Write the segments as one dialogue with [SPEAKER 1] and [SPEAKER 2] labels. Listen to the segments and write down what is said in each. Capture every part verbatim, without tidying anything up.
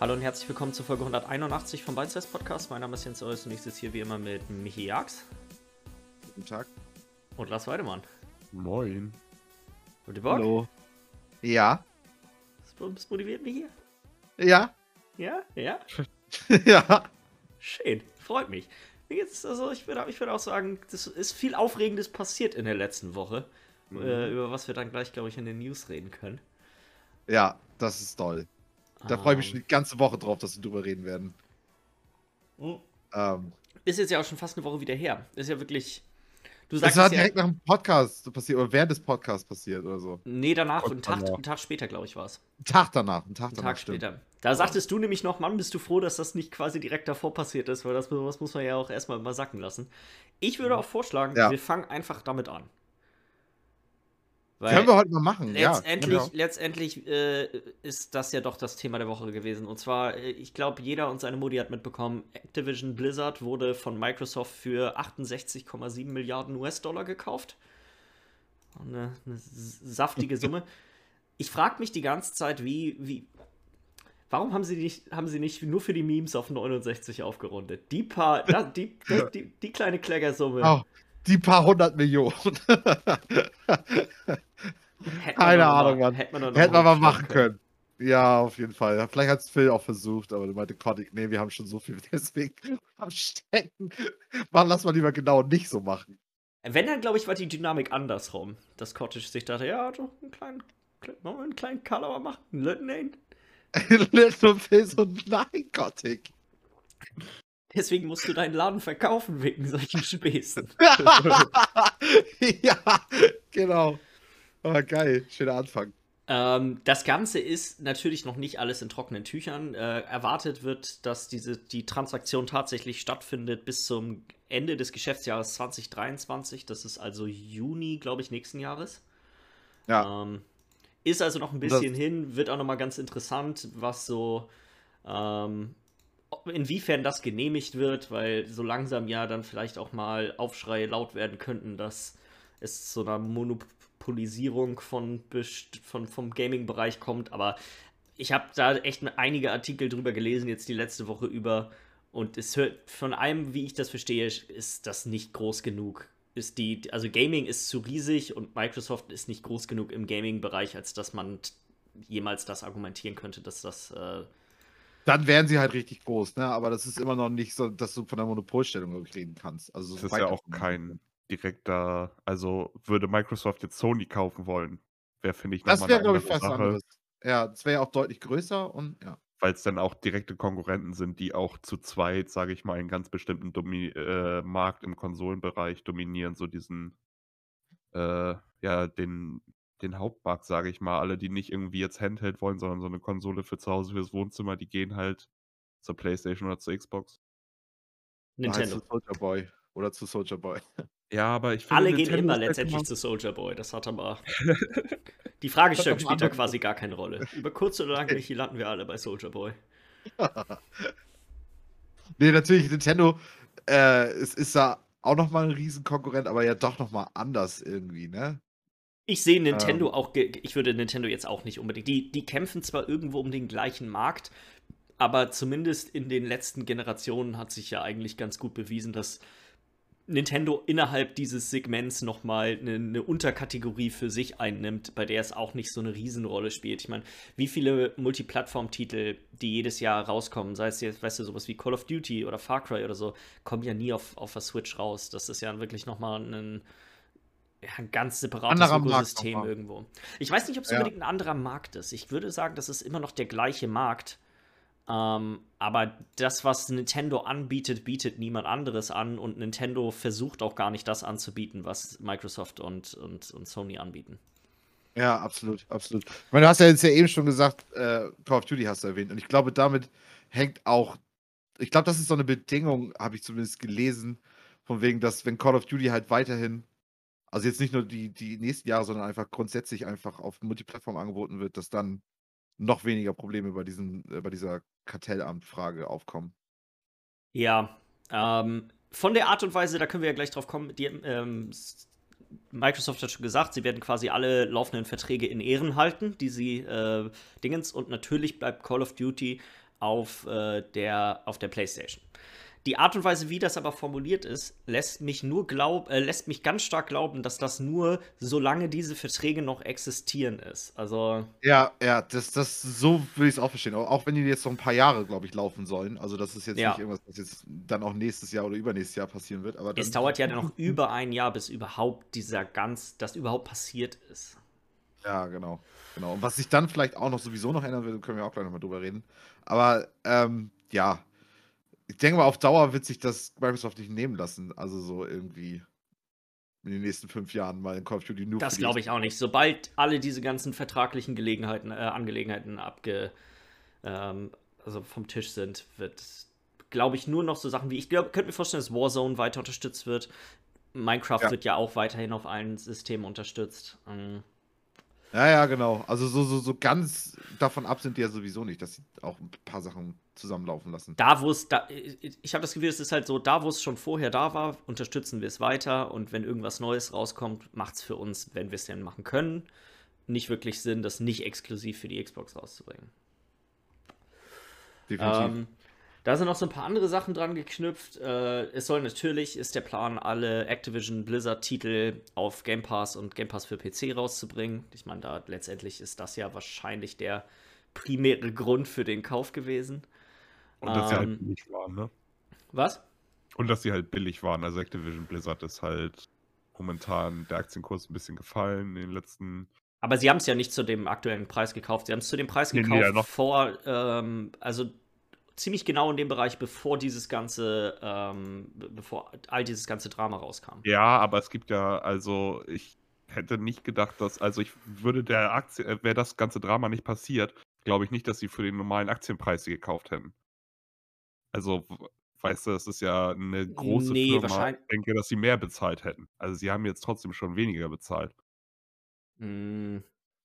[SPEAKER 1] Hallo und herzlich willkommen zur Folge hunderteinundachtzig vom Beißers Podcast. Mein Name ist Jens Eus und ich sitze hier wie immer mit Michi Jax.
[SPEAKER 2] Guten Tag.
[SPEAKER 1] Und Lars Weidemann.
[SPEAKER 3] Moin.
[SPEAKER 1] Guten Bock?
[SPEAKER 2] Hallo. Ja.
[SPEAKER 1] Bist du motiviert, Michi?
[SPEAKER 2] Ja.
[SPEAKER 1] Ja? Ja?
[SPEAKER 2] Ja.
[SPEAKER 1] Schön. Freut mich. Jetzt, also ich würde ich würd auch sagen, es ist viel Aufregendes passiert in der letzten Woche, mhm. äh, über was wir dann gleich, glaube ich, in den News reden können.
[SPEAKER 2] Ja, das ist toll. Da freue ich mich schon die ganze Woche drauf, dass wir drüber reden werden.
[SPEAKER 1] Mhm.
[SPEAKER 2] Ähm,
[SPEAKER 1] ist jetzt ja auch schon fast eine Woche wieder her. Ist ja wirklich... Du
[SPEAKER 2] das
[SPEAKER 1] sagst
[SPEAKER 2] war
[SPEAKER 1] ja,
[SPEAKER 2] direkt nach dem Podcast passiert, oder während des Podcasts passiert oder so.
[SPEAKER 1] Nee, danach,
[SPEAKER 3] Und
[SPEAKER 1] einen Tag,
[SPEAKER 3] danach.
[SPEAKER 1] einen Tag später, glaube ich, war es.
[SPEAKER 2] Ein Tag danach, ein Tag
[SPEAKER 1] Einen
[SPEAKER 2] danach,
[SPEAKER 1] Tag
[SPEAKER 2] stimmt.
[SPEAKER 1] später. Da sagtest du nämlich noch, Mann, bist du froh, dass das nicht quasi direkt davor passiert ist, weil das, das muss man ja auch erstmal mal sacken lassen. Ich würde auch vorschlagen,
[SPEAKER 2] Ja.
[SPEAKER 1] wir fangen einfach damit an. Weil
[SPEAKER 2] Können wir heute mal machen,
[SPEAKER 1] letztendlich,
[SPEAKER 2] ja.
[SPEAKER 1] letztendlich äh, ist das ja doch das Thema der Woche gewesen. Und zwar, äh, ich glaube, jeder und seine Mutti hat mitbekommen, Activision Blizzard wurde von Microsoft für achtundsechzig Komma sieben Milliarden U S-Dollar gekauft. Eine, eine saftige Summe. Ich frage mich die ganze Zeit, wie, wie, warum haben sie nicht, haben sie nicht nur für die Memes auf neunundsechzig aufgerundet? Die paar, da, die, die, die, die kleine Kleckersumme.
[SPEAKER 2] Oh, die paar hundert Millionen.
[SPEAKER 1] Hätte
[SPEAKER 2] Keine
[SPEAKER 1] man
[SPEAKER 2] Ahnung,
[SPEAKER 1] mal,
[SPEAKER 2] Mann.
[SPEAKER 1] Hätte man, noch
[SPEAKER 2] Hätten wir mal
[SPEAKER 1] hochstellen
[SPEAKER 2] machen können. Ja, auf jeden Fall. Vielleicht hat es Phil auch versucht, aber du meinte, Kodik, nee, wir haben schon so viel deswegen am Stecken. Mann, lass mal lieber genau nicht so machen.
[SPEAKER 1] Wenn, dann glaube ich, war die Dynamik andersrum. Dass Cottage sich dachte, ja, doch, einen kleinen, wollen wir einen kleinen Color machen? Nein.
[SPEAKER 2] Little Phil so, nein, Kotik.
[SPEAKER 1] Deswegen musst du deinen Laden verkaufen wegen solchen Späßen.
[SPEAKER 2] Ja, genau. Oh, geil, schöner Anfang.
[SPEAKER 1] Ähm, das Ganze ist natürlich noch nicht alles in trockenen Tüchern. Äh, erwartet wird, dass diese, die Transaktion tatsächlich stattfindet bis zum Ende des Geschäftsjahres zwanzig dreiundzwanzig. Das ist also Juni, glaube ich, nächsten Jahres.
[SPEAKER 2] Ja.
[SPEAKER 1] Ähm, ist also noch ein bisschen
[SPEAKER 2] das
[SPEAKER 1] hin. Wird auch noch mal ganz interessant, was so ähm, inwiefern das genehmigt wird, weil so langsam ja dann vielleicht auch mal Aufschreie laut werden könnten, dass es zu einer Monopolisierung von, von, vom Gaming-Bereich kommt. Aber ich habe da echt einige Artikel drüber gelesen, jetzt die letzte Woche über. Und es hört von allem, wie ich das verstehe, ist das nicht groß genug. Ist die, also Gaming ist zu riesig und Microsoft ist nicht groß genug im Gaming-Bereich, als dass man jemals das argumentieren könnte, dass das äh,
[SPEAKER 2] Dann wären sie halt richtig groß, ne? Aber das ist immer noch nicht so, dass du von der Monopolstellung reden kannst. Also
[SPEAKER 3] Das ist ja auch kein direkter, also würde Microsoft jetzt Sony kaufen wollen, wäre, finde ich,
[SPEAKER 2] Das
[SPEAKER 3] nochmal
[SPEAKER 2] wäre,
[SPEAKER 3] eine
[SPEAKER 2] glaube ich,
[SPEAKER 3] andere
[SPEAKER 2] fast
[SPEAKER 3] Sache,
[SPEAKER 2] anderes. Ja, das wäre ja auch deutlich größer und ja.
[SPEAKER 3] weil es dann auch direkte Konkurrenten sind, die auch zu zweit, sage ich mal, einen ganz bestimmten Domi äh, Markt im Konsolenbereich dominieren, so diesen, äh, ja, den, den Hauptmarkt, sage ich mal. Alle, die nicht irgendwie jetzt Handheld wollen, sondern so eine Konsole für zu Hause, fürs Wohnzimmer, die gehen halt zur PlayStation oder zur Xbox.
[SPEAKER 1] Nintendo.
[SPEAKER 2] Zu Soulja Boy oder zu Soulja Boy.
[SPEAKER 3] Ja, aber ich finde,
[SPEAKER 1] Alle gehen
[SPEAKER 3] Nintendo
[SPEAKER 1] immer
[SPEAKER 3] ist halt
[SPEAKER 1] letztendlich
[SPEAKER 3] immer-
[SPEAKER 1] zu Soulja Boy. Das hat aber. Die Fragestellung
[SPEAKER 2] Das hat
[SPEAKER 1] spielt da
[SPEAKER 2] aber
[SPEAKER 1] quasi gar keine Rolle. Über kurz oder lang, Michi, landen wir alle bei Soulja Boy.
[SPEAKER 2] Nee, natürlich, Nintendo, äh, es ist da auch nochmal ein Riesenkonkurrent, aber ja doch nochmal anders irgendwie, ne?
[SPEAKER 1] Ich sehe Nintendo
[SPEAKER 2] Ähm.
[SPEAKER 1] auch, ge- ich würde Nintendo jetzt auch nicht unbedingt. Die, die kämpfen zwar irgendwo um den gleichen Markt, aber zumindest in den letzten Generationen hat sich ja eigentlich ganz gut bewiesen, dass Nintendo innerhalb dieses Segments nochmal eine, eine Unterkategorie für sich einnimmt, bei der es auch nicht so eine Riesenrolle spielt. Ich meine, wie viele Multiplattform-Titel, die jedes Jahr rauskommen, sei es jetzt, weißt du, sowas wie Call of Duty oder Far Cry oder so, kommen ja nie auf, auf der Switch raus. Das ist ja wirklich nochmal ein, ja, ein ganz separates
[SPEAKER 2] Anderer Markt
[SPEAKER 1] Ökosystem
[SPEAKER 2] nochmal.
[SPEAKER 1] irgendwo. Ich weiß nicht, ob es
[SPEAKER 2] Ja.
[SPEAKER 1] unbedingt ein anderer Markt ist. Ich würde sagen, das ist immer noch der gleiche Markt. Ähm, aber das, was Nintendo anbietet, bietet niemand anderes an und Nintendo versucht auch gar nicht das anzubieten, was Microsoft und, und, und Sony anbieten.
[SPEAKER 2] Ja, absolut, absolut. Ich meine, du hast ja jetzt ja eben schon gesagt, äh, Call of Duty hast du erwähnt und ich glaube, damit hängt auch, ich glaube, das ist so eine Bedingung, habe ich zumindest gelesen, von wegen, dass wenn Call of Duty halt weiterhin, also jetzt nicht nur die, die nächsten Jahre, sondern einfach grundsätzlich einfach auf Multiplattform angeboten wird, dass dann noch weniger Probleme bei, diesen, äh, bei dieser Kartellamtfrage aufkommen.
[SPEAKER 1] Ja, ähm, von der Art und Weise, da können wir ja gleich drauf kommen, die, ähm, Microsoft hat schon gesagt, sie werden quasi alle laufenden Verträge in Ehren halten, die sie äh, Dingens, und natürlich bleibt Call of Duty auf, äh, der, auf der PlayStation. Die Art und Weise, wie das aber formuliert ist, lässt mich nur glaub, äh, lässt mich ganz stark glauben, dass das nur, solange diese Verträge noch existieren, ist. Also.
[SPEAKER 2] Ja, ja, das, das, so würde ich es auch verstehen. Auch, auch wenn die jetzt noch ein paar Jahre, glaube ich, laufen sollen. Also, das ist jetzt
[SPEAKER 1] Ja.
[SPEAKER 2] nicht irgendwas, was jetzt dann auch nächstes Jahr oder übernächstes Jahr passieren wird. Aber dann,
[SPEAKER 1] Es dauert ja noch über ein Jahr, bis überhaupt dieser ganz, das überhaupt passiert ist.
[SPEAKER 2] Ja, genau. Genau. Und was sich dann vielleicht auch noch sowieso noch ändern wird, können wir auch gleich nochmal drüber reden. Aber ähm, ja, ich denke mal, auf Dauer wird sich das Microsoft nicht nehmen lassen. Also so irgendwie in den nächsten fünf Jahren mal in Call of Duty nur
[SPEAKER 1] Das
[SPEAKER 2] für die
[SPEAKER 1] glaube ich auch nicht. Sobald alle diese ganzen vertraglichen Gelegenheiten, äh, Angelegenheiten abge, ähm, also vom Tisch sind, wird, glaube ich, nur noch so Sachen wie, ich glaube, könnte mir vorstellen, dass Warzone weiter unterstützt wird. Minecraft
[SPEAKER 2] Ja.
[SPEAKER 1] wird ja auch weiterhin auf allen Systemen unterstützt. Ähm,
[SPEAKER 2] Ja, ja, genau. Also so, so, so ganz davon ab sind die ja sowieso nicht, dass sie auch ein paar Sachen zusammenlaufen lassen.
[SPEAKER 1] Da, wo es, da, ich habe das Gefühl, es ist halt so, da, wo es schon vorher da war, unterstützen wir es weiter. Und wenn irgendwas Neues rauskommt, macht es für uns, wenn wir es denn machen können, nicht wirklich Sinn, das nicht exklusiv für die Xbox rauszubringen.
[SPEAKER 2] Definitiv.
[SPEAKER 1] Ähm, da sind noch so ein paar andere Sachen dran geknüpft. Äh, es soll natürlich, ist der Plan, alle Activision Blizzard-Titel auf Game Pass und Game Pass für P C rauszubringen. Ich meine, da letztendlich ist das ja wahrscheinlich der primäre Grund für den Kauf gewesen.
[SPEAKER 3] Und dass sie halt
[SPEAKER 1] Ähm,
[SPEAKER 3] billig waren, ne?
[SPEAKER 1] Was?
[SPEAKER 3] Und dass sie halt billig waren. Also Activision Blizzard ist halt momentan der Aktienkurs ein bisschen gefallen in den letzten.
[SPEAKER 1] Aber sie haben es ja nicht zu dem aktuellen Preis gekauft. Sie haben es zu dem Preis
[SPEAKER 3] Nee, nee,
[SPEAKER 1] gekauft
[SPEAKER 3] ja, noch-
[SPEAKER 1] vor, ähm, also ziemlich genau in dem Bereich, bevor dieses ganze, ähm, be- bevor all dieses ganze Drama rauskam.
[SPEAKER 3] Ja, aber es gibt ja, also ich hätte nicht gedacht, dass, also ich würde der Aktie, äh, wäre das ganze Drama nicht passiert, glaube ich nicht, dass sie für den normalen Aktienpreis sie gekauft hätten. Also, w- weißt du, das ist ja eine große
[SPEAKER 1] Nee,
[SPEAKER 3] Firma.
[SPEAKER 1] wahrscheinlich.
[SPEAKER 3] Ich denke, dass sie mehr bezahlt hätten. Also sie haben jetzt trotzdem schon weniger bezahlt.
[SPEAKER 1] Mm,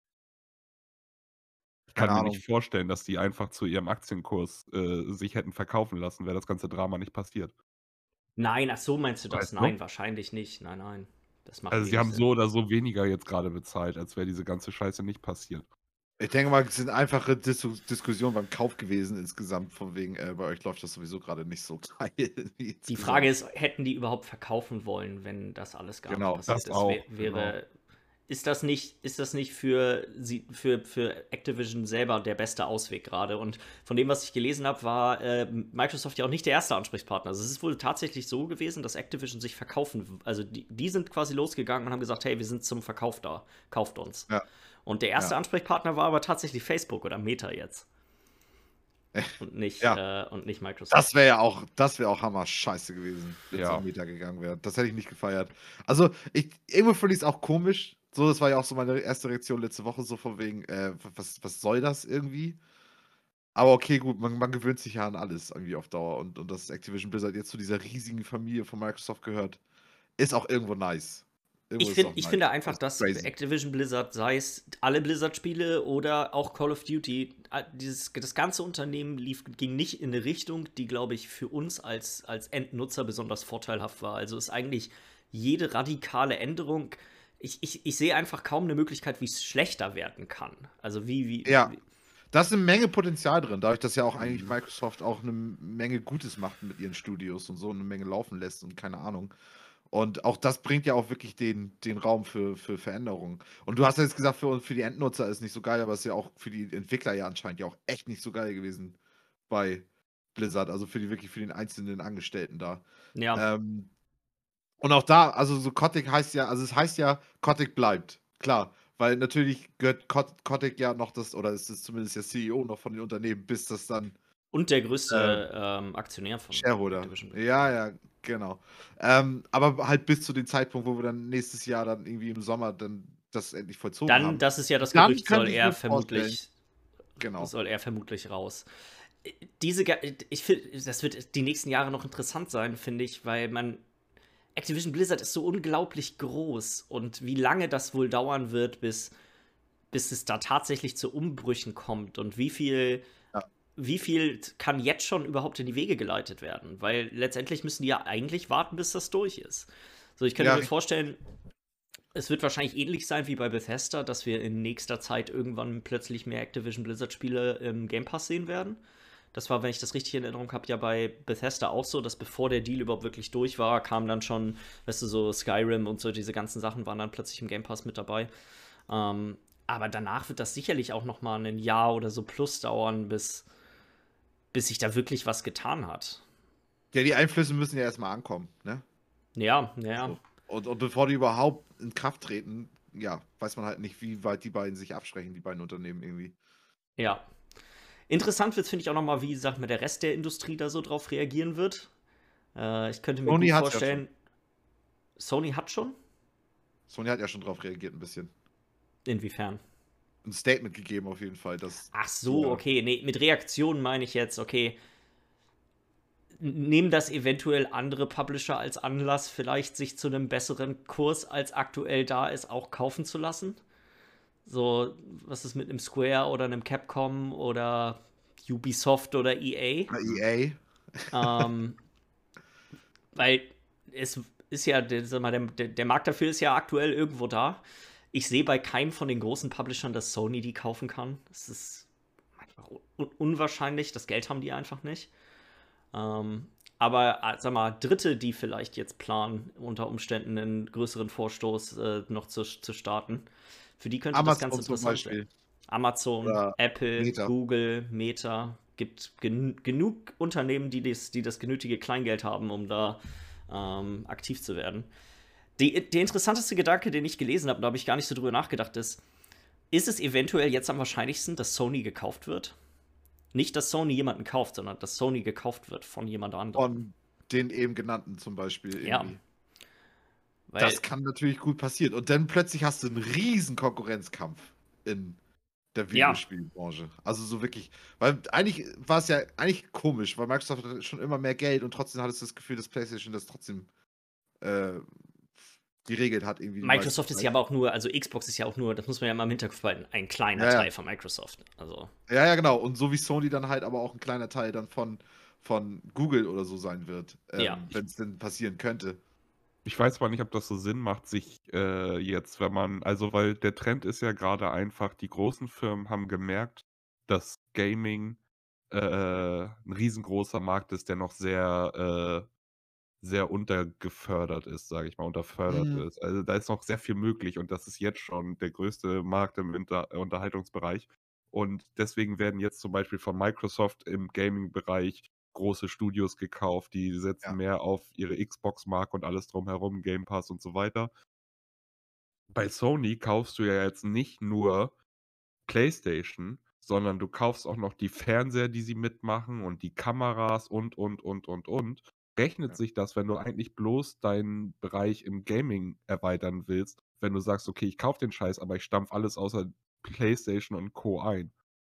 [SPEAKER 3] Ich kann
[SPEAKER 2] Keine
[SPEAKER 3] mir nicht
[SPEAKER 2] Ahnung.
[SPEAKER 3] vorstellen, dass die einfach zu ihrem Aktienkurs äh, sich hätten verkaufen lassen, wäre das ganze Drama nicht passiert.
[SPEAKER 1] Nein, ach so meinst du das?
[SPEAKER 3] Weißt du?
[SPEAKER 1] Nein, wahrscheinlich nicht. Nein, nein. Das macht
[SPEAKER 3] Also sie
[SPEAKER 1] wenig
[SPEAKER 3] haben
[SPEAKER 1] Sinn.
[SPEAKER 3] so oder so weniger jetzt gerade bezahlt, als wäre diese ganze Scheiße nicht passiert.
[SPEAKER 2] Ich denke mal, es sind einfache Dis Diskussionen beim Kauf gewesen insgesamt, von wegen, äh, bei euch läuft das sowieso gerade nicht so geil.
[SPEAKER 1] Die Frage ist, hätten die überhaupt verkaufen wollen, wenn das alles gar
[SPEAKER 2] Genau,
[SPEAKER 1] nicht passiert
[SPEAKER 3] das
[SPEAKER 1] ist?
[SPEAKER 3] auch,
[SPEAKER 1] Wär- wäre, ist das nicht, ist das nicht für, sie, für, für Activision selber der beste Ausweg gerade? Und von dem, was ich gelesen habe, war äh, Microsoft ja auch nicht der erste Ansprechpartner. Also es ist wohl tatsächlich so gewesen, dass Activision sich verkaufen, also die, die sind quasi losgegangen und haben gesagt, hey, wir sind zum Verkauf da, kauft uns.
[SPEAKER 2] Ja.
[SPEAKER 1] Und der erste
[SPEAKER 2] Ja.
[SPEAKER 1] Ansprechpartner war aber tatsächlich Facebook oder Meta jetzt. Und nicht,
[SPEAKER 2] Ja.
[SPEAKER 1] äh, und nicht Microsoft.
[SPEAKER 2] Das wäre ja auch, das wäre auch hammer scheiße gewesen, wenn es
[SPEAKER 3] Ja.
[SPEAKER 2] um Meta gegangen wäre. Das hätte ich nicht gefeiert. Also, ich, irgendwo finde ich es auch komisch. So, das war ja auch so meine erste Reaktion letzte Woche, so von wegen, äh, was, was soll das irgendwie? Aber okay, gut, man, man gewöhnt sich ja an alles irgendwie auf Dauer. Und, und dass Activision Blizzard jetzt zu dieser riesigen Familie von Microsoft gehört, ist auch irgendwo nice. Irgendwo
[SPEAKER 1] Ich,
[SPEAKER 2] ist
[SPEAKER 1] find,
[SPEAKER 2] auch
[SPEAKER 1] ich
[SPEAKER 2] nice.
[SPEAKER 1] finde einfach,
[SPEAKER 2] ist
[SPEAKER 1] dass
[SPEAKER 2] crazy.
[SPEAKER 1] Activision Blizzard, sei es alle Blizzard-Spiele oder auch Call of Duty, äh, dieses, das ganze Unternehmen lief, ging nicht in eine Richtung, die, glaube ich, für uns als, als Endnutzer besonders vorteilhaft war. Also ist eigentlich jede radikale Änderung, ich, ich, ich sehe einfach kaum eine Möglichkeit, wie es schlechter werden kann. Also wie, wie,
[SPEAKER 2] Ja.
[SPEAKER 1] wie
[SPEAKER 2] Da ist eine Menge Potenzial drin, dadurch, dass ja auch eigentlich Microsoft auch eine Menge Gutes macht mit ihren Studios und so eine Menge laufen lässt und keine Ahnung. Und auch das bringt ja auch wirklich den, den Raum für, für Veränderungen. Und du hast ja jetzt gesagt, für, für die Endnutzer ist nicht so geil, aber es ist ja auch für die Entwickler ja anscheinend ja auch echt nicht so geil gewesen bei Blizzard, also für die wirklich für den einzelnen Angestellten da.
[SPEAKER 1] ja.
[SPEAKER 2] Ähm, und auch da, also so Kotick heißt ja, also es heißt ja, Kotick bleibt, klar. Weil natürlich gehört Kot- Kotick ja noch das, oder ist es zumindest der C E O noch von den Unternehmen, bis das dann
[SPEAKER 1] Und der größte ähm, Aktionär von
[SPEAKER 2] Shareholder.
[SPEAKER 1] Activision Blizzard.
[SPEAKER 2] Ja, ja, genau. Ähm, aber halt bis zu dem Zeitpunkt, wo wir dann nächstes Jahr dann irgendwie im Sommer dann das endlich vollzogen
[SPEAKER 1] Dann,
[SPEAKER 2] haben.
[SPEAKER 1] das ist ja das
[SPEAKER 2] Dann
[SPEAKER 1] Gerücht,
[SPEAKER 2] könnte
[SPEAKER 1] soll
[SPEAKER 2] ich
[SPEAKER 1] er
[SPEAKER 2] mir vorstellen-
[SPEAKER 1] vermutlich
[SPEAKER 2] Genau.
[SPEAKER 1] soll er vermutlich raus. Diese, Ge- ich finde, das wird die nächsten Jahre noch interessant sein, finde ich, weil man Activision Blizzard ist so unglaublich groß und wie lange das wohl dauern wird, bis, bis es da tatsächlich zu Umbrüchen kommt und wie viel,
[SPEAKER 2] Ja.
[SPEAKER 1] wie viel kann jetzt schon überhaupt in die Wege geleitet werden, weil letztendlich müssen die ja eigentlich warten, bis das durch ist. So, ich könnte
[SPEAKER 2] Ja,
[SPEAKER 1] mir
[SPEAKER 2] richtig.
[SPEAKER 1] vorstellen, es wird wahrscheinlich ähnlich sein wie bei Bethesda, dass wir in nächster Zeit irgendwann plötzlich mehr Activision Blizzard Spiele im Game Pass sehen werden. Das war, wenn ich das richtig in Erinnerung habe, ja bei Bethesda auch so, dass bevor der Deal überhaupt wirklich durch war, kam dann schon, weißt du, so Skyrim und so diese ganzen Sachen waren dann plötzlich im Game Pass mit dabei. Ähm, aber danach wird das sicherlich auch noch mal ein Jahr oder so plus dauern, bis, bis sich da wirklich was getan hat.
[SPEAKER 2] Ja, die Einflüsse müssen ja erstmal ankommen, ne?
[SPEAKER 1] Ja, ja.
[SPEAKER 2] So. Und, und bevor die überhaupt in Kraft treten, ja, weiß man halt nicht, wie weit die beiden sich absprechen, die beiden Unternehmen irgendwie.
[SPEAKER 1] Ja. Interessant wird, finde ich auch noch mal, wie sagt man, der Rest der Industrie da so drauf reagieren wird. Äh, ich könnte mir
[SPEAKER 2] Sony
[SPEAKER 1] gut
[SPEAKER 2] hat's ja
[SPEAKER 1] vorstellen, Sony hat schon?
[SPEAKER 2] Sony hat ja schon drauf reagiert ein bisschen.
[SPEAKER 1] Inwiefern?
[SPEAKER 2] Ein Statement gegeben auf jeden Fall, dass
[SPEAKER 1] Ach so,
[SPEAKER 2] ja,
[SPEAKER 1] okay. Nee, mit Reaktionen meine ich jetzt, okay, n- nehmen das eventuell andere Publisher als Anlass, vielleicht sich zu einem besseren Kurs, als aktuell da ist, auch kaufen zu lassen? So, was ist mit einem Square oder einem Capcom oder Ubisoft oder E
[SPEAKER 2] E
[SPEAKER 1] A? Ähm, weil es ist ja, der, sag mal, der, der Markt dafür ist ja aktuell irgendwo da. Ich sehe bei keinem von den großen Publishern, dass Sony die kaufen kann. Das ist einfach un unwahrscheinlich. Das Geld haben die einfach nicht. Ähm, aber, äh, sag mal, Dritte, die vielleicht jetzt planen, unter Umständen einen größeren Vorstoß äh, noch zu, zu starten, für die könnte das ganz
[SPEAKER 2] Amazon zum
[SPEAKER 1] interessant werden.
[SPEAKER 2] Beispiel.
[SPEAKER 1] Amazon,
[SPEAKER 2] Oder
[SPEAKER 1] Apple,
[SPEAKER 2] Meta.
[SPEAKER 1] Google, Meta. Gibt gen genug Unternehmen, die das, die das genötige Kleingeld haben, um da ähm, aktiv zu werden. Die, der interessanteste Gedanke, den ich gelesen habe, da habe ich gar nicht so drüber nachgedacht, ist, ist es eventuell jetzt am wahrscheinlichsten, dass Sony gekauft wird? Nicht, dass Sony jemanden kauft, sondern dass Sony gekauft wird von jemand anderem.
[SPEAKER 2] Von den eben genannten zum Beispiel
[SPEAKER 1] Ja.
[SPEAKER 2] irgendwie.
[SPEAKER 1] Weil,
[SPEAKER 2] Das kann natürlich gut passieren. Und dann plötzlich hast du einen riesen Konkurrenzkampf in der
[SPEAKER 1] Ja.
[SPEAKER 2] Videospielbranche. Also so wirklich, weil eigentlich war es ja eigentlich komisch, weil Microsoft hatte schon immer mehr Geld und trotzdem hattest du das Gefühl, dass PlayStation das trotzdem äh, geregelt hat irgendwie. die
[SPEAKER 1] Microsoft
[SPEAKER 2] meiste
[SPEAKER 1] ist
[SPEAKER 2] Zeit.
[SPEAKER 1] ja aber auch nur, also Xbox ist ja auch nur, das muss man ja mal im Hinterkopf behalten, ein kleiner
[SPEAKER 2] Ja, ja.
[SPEAKER 1] Teil von Microsoft. Also,
[SPEAKER 2] Ja, ja, genau. Und so wie Sony dann halt aber auch ein kleiner Teil dann von, von Google oder so sein wird,
[SPEAKER 1] Ja.
[SPEAKER 2] ähm, wenn es denn passieren könnte.
[SPEAKER 3] Ich weiß zwar nicht, ob das so Sinn macht, sich äh, jetzt, wenn man, also weil der Trend ist ja gerade einfach, die großen Firmen haben gemerkt, dass Gaming äh, ein riesengroßer Markt ist, der noch sehr, äh, sehr untergefördert ist, sage ich mal, unterfördert
[SPEAKER 2] Mhm.
[SPEAKER 3] ist. Also da ist noch sehr viel möglich und das ist jetzt schon der größte Markt im Inter Unterhaltungsbereich. Und deswegen werden jetzt zum Beispiel von Microsoft im Gaming-Bereich große Studios gekauft, die setzen
[SPEAKER 2] Ja.
[SPEAKER 3] mehr auf ihre Xbox-Marke und alles drumherum, Game Pass und so weiter. Bei Sony kaufst du ja jetzt nicht nur PlayStation, sondern du kaufst auch noch die Fernseher, die sie mitmachen und die Kameras und, und, und, und, und. Rechnet
[SPEAKER 2] Ja.
[SPEAKER 3] sich das, wenn du eigentlich bloß deinen Bereich im Gaming erweitern willst, wenn du sagst, okay, ich kaufe den Scheiß, aber ich stampf alles außer PlayStation und Co. ein.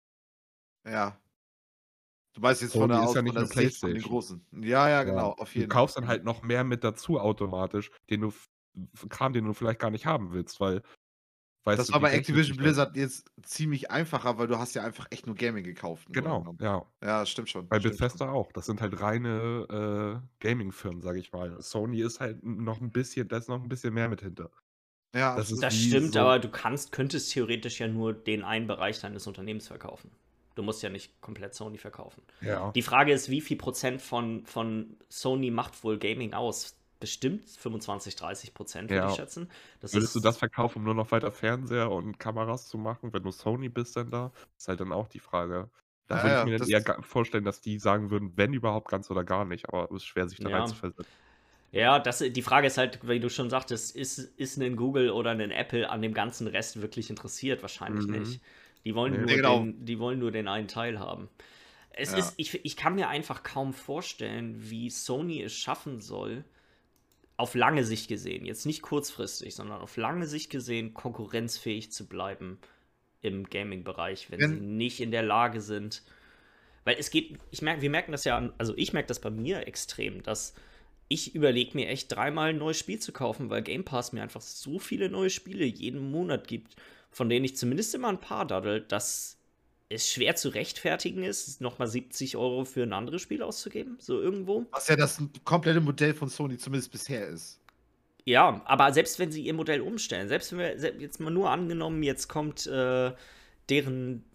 [SPEAKER 2] Ja. Du meinst jetzt von
[SPEAKER 3] Sony
[SPEAKER 2] der,
[SPEAKER 3] ist
[SPEAKER 2] aus,
[SPEAKER 3] ja
[SPEAKER 2] von
[SPEAKER 3] nicht
[SPEAKER 2] der
[SPEAKER 3] nur
[SPEAKER 2] Sicht von den
[SPEAKER 3] PlayStation.
[SPEAKER 2] Großen. Ja, ja,
[SPEAKER 3] Ja.
[SPEAKER 2] genau. Auf
[SPEAKER 3] Du
[SPEAKER 2] jeden
[SPEAKER 3] kaufst dann
[SPEAKER 2] Fall.
[SPEAKER 3] halt noch mehr mit dazu automatisch, den du f- f- Kram, den du vielleicht gar nicht haben willst, weil, weißt
[SPEAKER 2] Das
[SPEAKER 3] du,
[SPEAKER 2] war
[SPEAKER 3] wie
[SPEAKER 2] bei
[SPEAKER 3] rechnet
[SPEAKER 2] Activision
[SPEAKER 3] sich das?
[SPEAKER 2] Blizzard jetzt ziemlich einfacher, weil du hast ja einfach echt nur Gaming gekauft im Grunde
[SPEAKER 3] Genau,
[SPEAKER 2] genommen.
[SPEAKER 3] ja.
[SPEAKER 2] Ja, stimmt schon.
[SPEAKER 3] Bei
[SPEAKER 2] Stimmt schon.
[SPEAKER 3] Bethesda auch. Das sind halt reine äh, Gaming-Firmen, sage ich mal. Sony ist halt noch ein bisschen, da ist noch ein bisschen mehr mit hinter.
[SPEAKER 2] Ja,
[SPEAKER 3] Das ist
[SPEAKER 2] absolut.
[SPEAKER 1] das
[SPEAKER 3] wie
[SPEAKER 1] stimmt,
[SPEAKER 3] so,
[SPEAKER 1] aber du kannst, könntest theoretisch ja nur den einen Bereich deines Unternehmens verkaufen. Du musst ja nicht komplett Sony verkaufen.
[SPEAKER 3] ja.
[SPEAKER 1] Die Frage ist, wie viel Prozent von, von Sony macht wohl Gaming aus? Bestimmt fünfundzwanzig, dreißig Prozent, würde ich
[SPEAKER 3] Ja.
[SPEAKER 1] schätzen. Das
[SPEAKER 3] Würdest du
[SPEAKER 1] ist,
[SPEAKER 3] das verkaufen, um nur noch weiter Fernseher und Kameras zu machen, wenn du Sony bist dann da? Ist halt dann auch die Frage. Da
[SPEAKER 2] Ja,
[SPEAKER 3] würde ich
[SPEAKER 2] ja,
[SPEAKER 3] mir dann
[SPEAKER 2] das,
[SPEAKER 3] eher ga- vorstellen, dass die sagen würden, wenn überhaupt ganz oder gar nicht, aber es ist schwer, sich da
[SPEAKER 1] ja.
[SPEAKER 3] reinzuversetzen.
[SPEAKER 1] Ja, das, die Frage ist halt, wie du schon sagtest, ist, ist ein Google oder ein Apple an dem ganzen Rest wirklich interessiert? Wahrscheinlich
[SPEAKER 3] Mhm.
[SPEAKER 1] nicht. Die wollen,
[SPEAKER 3] Nee.
[SPEAKER 1] nur
[SPEAKER 2] Nee, genau.
[SPEAKER 1] den, die wollen nur den einen Teil haben. Es
[SPEAKER 2] Ja.
[SPEAKER 1] ist, ich, ich kann mir einfach kaum vorstellen, wie Sony es schaffen soll, auf lange Sicht gesehen, jetzt nicht kurzfristig, sondern auf lange Sicht gesehen, konkurrenzfähig zu bleiben im Gaming-Bereich, wenn
[SPEAKER 2] Wenn-
[SPEAKER 1] sie nicht in der Lage sind. Weil es geht, ich merke, wir merken das ja, an- also ich merke das bei mir extrem, dass ich überlege mir echt dreimal ein neues Spiel zu kaufen, weil Game Pass mir einfach so viele neue Spiele jeden Monat gibt, von denen ich zumindest immer ein paar daddel, dass es schwer zu rechtfertigen ist, nochmal siebzig Euro für ein anderes Spiel auszugeben, so irgendwo.
[SPEAKER 2] Was ja das komplette Modell von Sony zumindest bisher ist.
[SPEAKER 1] Ja, aber selbst wenn sie ihr Modell umstellen, selbst wenn wir se- jetzt mal nur angenommen, jetzt kommt äh, deren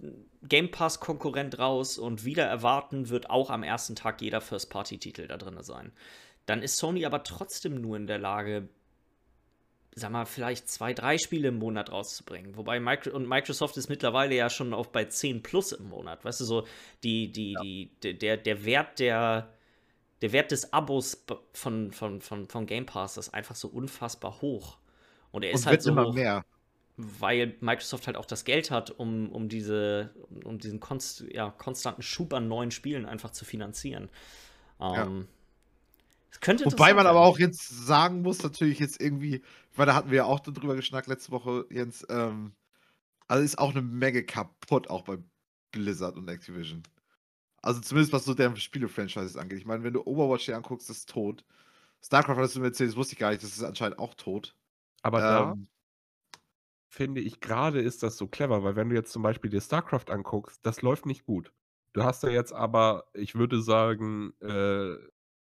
[SPEAKER 1] Game Pass-Konkurrent raus und wieder erwarten wird auch am ersten Tag jeder First-Party-Titel da drin sein. Dann ist Sony aber trotzdem nur in der Lage, sag mal, vielleicht zwei, drei Spiele im Monat rauszubringen. Wobei Micro und Microsoft ist mittlerweile ja schon auf bei zehn plus im Monat. Weißt du, so die, die, ja. die, der, der Wert der, der Wert des Abos von, von, von, von Game Pass ist einfach so unfassbar hoch. Und er ist
[SPEAKER 2] und
[SPEAKER 1] halt
[SPEAKER 2] wird
[SPEAKER 1] so
[SPEAKER 2] immer
[SPEAKER 1] hoch,
[SPEAKER 2] mehr.
[SPEAKER 1] weil Microsoft halt auch das Geld hat, um, um, diese, um diesen konst, ja, konstanten Schub an neuen Spielen einfach zu finanzieren.
[SPEAKER 2] Ja.
[SPEAKER 1] Ähm, es könnte
[SPEAKER 2] Wobei man aber
[SPEAKER 1] werden.
[SPEAKER 2] auch jetzt sagen muss, natürlich jetzt irgendwie, weil da hatten wir ja auch drüber geschnackt letzte Woche, Jens, ähm, also ist auch eine Menge kaputt, auch bei Blizzard und Activision. Also zumindest was so deren Spiele-Franchises angeht. Ich meine, wenn du Overwatch dir anguckst, ist tot. StarCraft hattest du mir erzählt, das wusste ich gar nicht, das ist anscheinend auch tot.
[SPEAKER 3] Aber da
[SPEAKER 2] Ähm,
[SPEAKER 3] finde ich gerade ist das so clever, weil wenn du jetzt zum Beispiel dir StarCraft anguckst, das läuft nicht gut. Du hast ja jetzt aber, ich würde sagen, äh,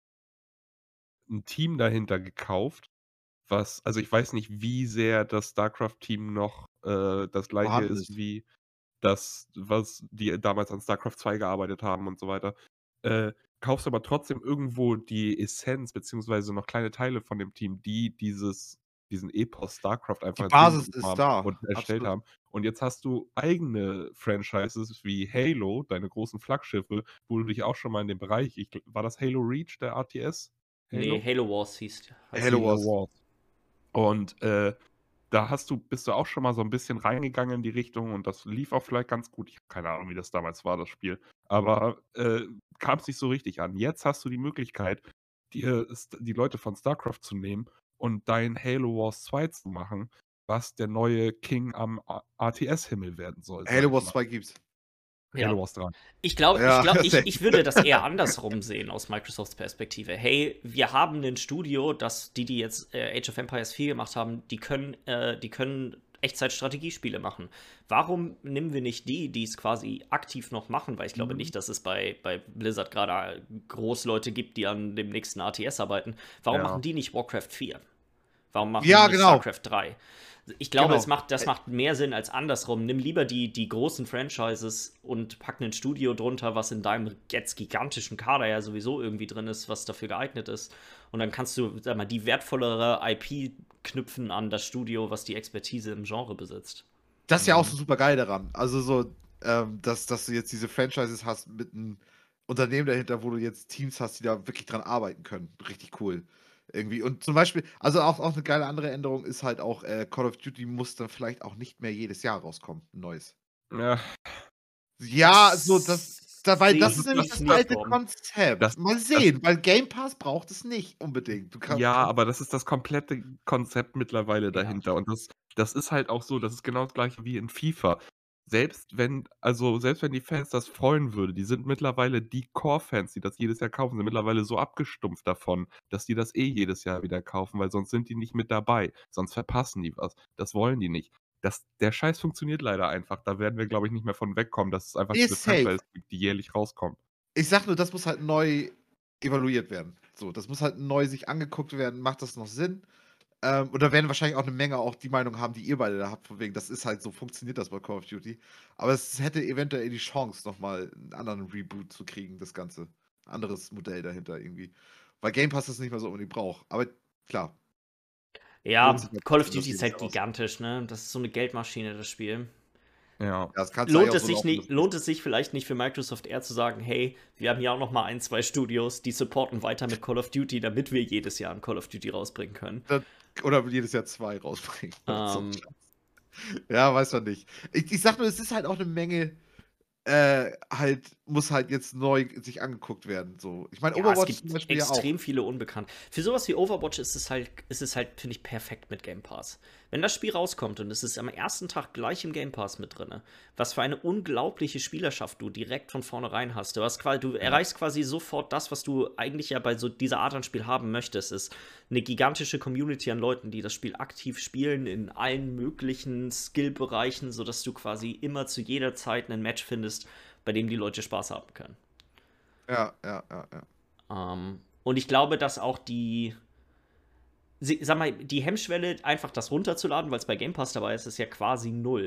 [SPEAKER 3] ein Team dahinter gekauft, was also ich weiß nicht, wie sehr das StarCraft-Team noch, äh, das gleiche
[SPEAKER 2] vorhanden
[SPEAKER 3] ist
[SPEAKER 2] ist.
[SPEAKER 3] wie das, was die damals an StarCraft zwei gearbeitet haben und so weiter. Äh, kaufst aber trotzdem irgendwo die Essenz beziehungsweise noch kleine Teile von dem Team, die dieses diesen Epos StarCraft
[SPEAKER 2] Die
[SPEAKER 3] einfach ins Leben
[SPEAKER 2] Basis
[SPEAKER 3] gerufen
[SPEAKER 2] ist
[SPEAKER 3] haben
[SPEAKER 2] da,
[SPEAKER 3] und erstellt
[SPEAKER 2] absolut.
[SPEAKER 3] haben. Und jetzt hast du eigene Franchises wie Halo, deine großen Flaggschiffe, wo du dich auch schon mal in dem Bereich ich gl war das Halo Reach, der R T S?
[SPEAKER 1] Nee,
[SPEAKER 3] Halo?
[SPEAKER 1] Halo Wars hieß. heißt
[SPEAKER 2] Halo
[SPEAKER 1] die.
[SPEAKER 2] Wars.
[SPEAKER 3] Wars. Und, äh, da hast du bist du auch schon mal so ein bisschen reingegangen in die Richtung und das lief auch vielleicht ganz gut. Ich habe keine Ahnung, wie das damals war, das Spiel. Aber, äh, kam's nicht so richtig an. Jetzt hast du die Möglichkeit, dir st die Leute von StarCraft zu nehmen und dein Halo Wars zwei zu machen, was der neue King am A ATS-Himmel werden soll, sage
[SPEAKER 2] Halo
[SPEAKER 3] ich
[SPEAKER 2] Wars
[SPEAKER 3] mal.
[SPEAKER 2] zwei gibt's.
[SPEAKER 3] Halo
[SPEAKER 1] Ja.
[SPEAKER 3] Wars drei.
[SPEAKER 1] Ich glaube, ich,
[SPEAKER 2] Ja,
[SPEAKER 1] glaub, ich,
[SPEAKER 2] safe.
[SPEAKER 1] ich würde das eher andersrum sehen aus Microsofts Perspektive. Hey, wir haben ein Studio, das die, die jetzt äh, Age of Empires vier gemacht haben, die können, äh, die können Echtzeit-Strategiespiele machen. Warum nehmen wir nicht die, die es quasi aktiv noch machen? Weil ich glaube
[SPEAKER 3] Mhm.
[SPEAKER 1] nicht, dass es bei, bei Blizzard gerade Großleute gibt, die an dem nächsten A T S arbeiten. Warum
[SPEAKER 3] Ja.
[SPEAKER 1] machen die nicht Warcraft vier? Warum machen
[SPEAKER 2] Ja,
[SPEAKER 1] die nicht
[SPEAKER 2] genau.
[SPEAKER 1] StarCraft drei? Ich glaube,
[SPEAKER 2] Genau.
[SPEAKER 1] es macht, das macht mehr Sinn als andersrum. Nimm lieber die, die großen Franchises und pack ein Studio drunter, was in deinem jetzt gigantischen Kader ja sowieso irgendwie drin ist, was dafür geeignet ist. Und dann kannst du, sag mal, die wertvollere I P knüpfen an das Studio, was die Expertise im Genre besitzt.
[SPEAKER 2] Das ist ja auch
[SPEAKER 3] Mhm.
[SPEAKER 2] so super geil daran. Also so, ähm, dass, dass du jetzt diese Franchises hast mit einem Unternehmen dahinter, wo du jetzt Teams hast, die da wirklich dran arbeiten können. Richtig cool. Irgendwie. Und zum Beispiel, also auch, auch eine geile andere Änderung ist halt auch, äh, Call of Duty muss dann vielleicht auch nicht mehr jedes Jahr rauskommen. Ein neues.
[SPEAKER 3] Ja.
[SPEAKER 2] Ja, so, das, da, weil
[SPEAKER 1] Sehe
[SPEAKER 2] das
[SPEAKER 1] ich
[SPEAKER 2] ist nämlich
[SPEAKER 1] nicht
[SPEAKER 2] das alte
[SPEAKER 1] kommen.
[SPEAKER 2] Konzept.
[SPEAKER 3] Das-
[SPEAKER 2] Mal sehen, weil Game Pass braucht es nicht unbedingt. Du kannst,
[SPEAKER 3] Ja,
[SPEAKER 2] kannst,
[SPEAKER 3] aber das ist das komplette Konzept mittlerweile dahinter. Und das, das ist halt auch so, das ist genau das gleiche wie in FIFA. Selbst wenn, also selbst wenn die Fans das freuen würde, die sind mittlerweile die Core-Fans, die das jedes Jahr kaufen, sind mittlerweile so abgestumpft davon, dass die das eh jedes Jahr wieder kaufen, weil sonst sind die nicht mit dabei. Sonst verpassen die was. Das wollen die nicht. Das, der Scheiß funktioniert leider einfach. Da werden wir, glaube ich, nicht mehr von wegkommen, dass es einfach
[SPEAKER 2] Ist
[SPEAKER 3] diese
[SPEAKER 2] safe.
[SPEAKER 3] Franchise gibt, die jährlich rauskommt.
[SPEAKER 2] Ich sag nur, das muss halt neu evaluiert werden. So, das muss halt neu sich angeguckt werden. Macht das noch Sinn? Ähm, und da werden wahrscheinlich auch eine Menge auch die Meinung haben, die ihr beide da habt, von wegen, das ist halt so, funktioniert das bei Call of Duty. Aber es hätte eventuell die Chance, nochmal einen anderen Reboot zu kriegen, das Ganze. Anderes Modell dahinter irgendwie. Weil Game Pass das nicht mehr so unbedingt braucht. Aber klar.
[SPEAKER 1] Ja,
[SPEAKER 2] lohnt sich halt
[SPEAKER 1] Call of
[SPEAKER 2] trotzdem, das
[SPEAKER 1] Duty ist
[SPEAKER 2] jedes
[SPEAKER 1] halt
[SPEAKER 2] Jahr raus-
[SPEAKER 1] gigantisch, ne? Das ist so eine Geldmaschine, das Spiel.
[SPEAKER 3] Ja.
[SPEAKER 2] Ja, das kannst du eigentlich
[SPEAKER 1] Lohnt
[SPEAKER 2] auch
[SPEAKER 1] es,
[SPEAKER 2] so
[SPEAKER 1] sich
[SPEAKER 2] laufen
[SPEAKER 1] nicht,
[SPEAKER 2] lassen.
[SPEAKER 1] lohnt es sich vielleicht nicht für Microsoft eher zu sagen, hey, wir haben hier auch noch mal ein, zwei Studios, die supporten weiter mit Call of Duty, damit wir jedes Jahr ein Call of Duty rausbringen können.
[SPEAKER 2] Oder jedes Jahr zwei rausbringen.
[SPEAKER 1] Ähm,
[SPEAKER 2] Ja, weiß man nicht. Ich, ich sag nur, es ist halt auch eine Menge, äh, halt, muss halt jetzt neu sich angeguckt werden. So. Ich meine,
[SPEAKER 1] Ja, es
[SPEAKER 2] Overwatch
[SPEAKER 1] gibt
[SPEAKER 2] zum Beispiel ja auch.
[SPEAKER 1] extrem viele unbekannt. Für sowas wie Overwatch ist es halt, ist es halt, finde ich, perfekt mit Game Pass. Wenn das Spiel rauskommt und es ist am ersten Tag gleich im Game Pass mit drin, was für eine unglaubliche Spielerschaft du direkt von vornherein hast. Du, hast quasi, du erreichst quasi sofort das, was du eigentlich ja bei so dieser Art an Spiel haben möchtest. Ist eine gigantische Community an Leuten, die das Spiel aktiv spielen in allen möglichen Skillbereichen, sodass du quasi immer zu jeder Zeit ein Match findest, bei dem die Leute Spaß haben können.
[SPEAKER 2] Ja, ja, ja, ja.
[SPEAKER 1] Ähm, und ich glaube, dass auch die, sie, sag mal, die Hemmschwelle, einfach das runterzuladen, weil es bei Game Pass dabei ist, ist ja quasi null.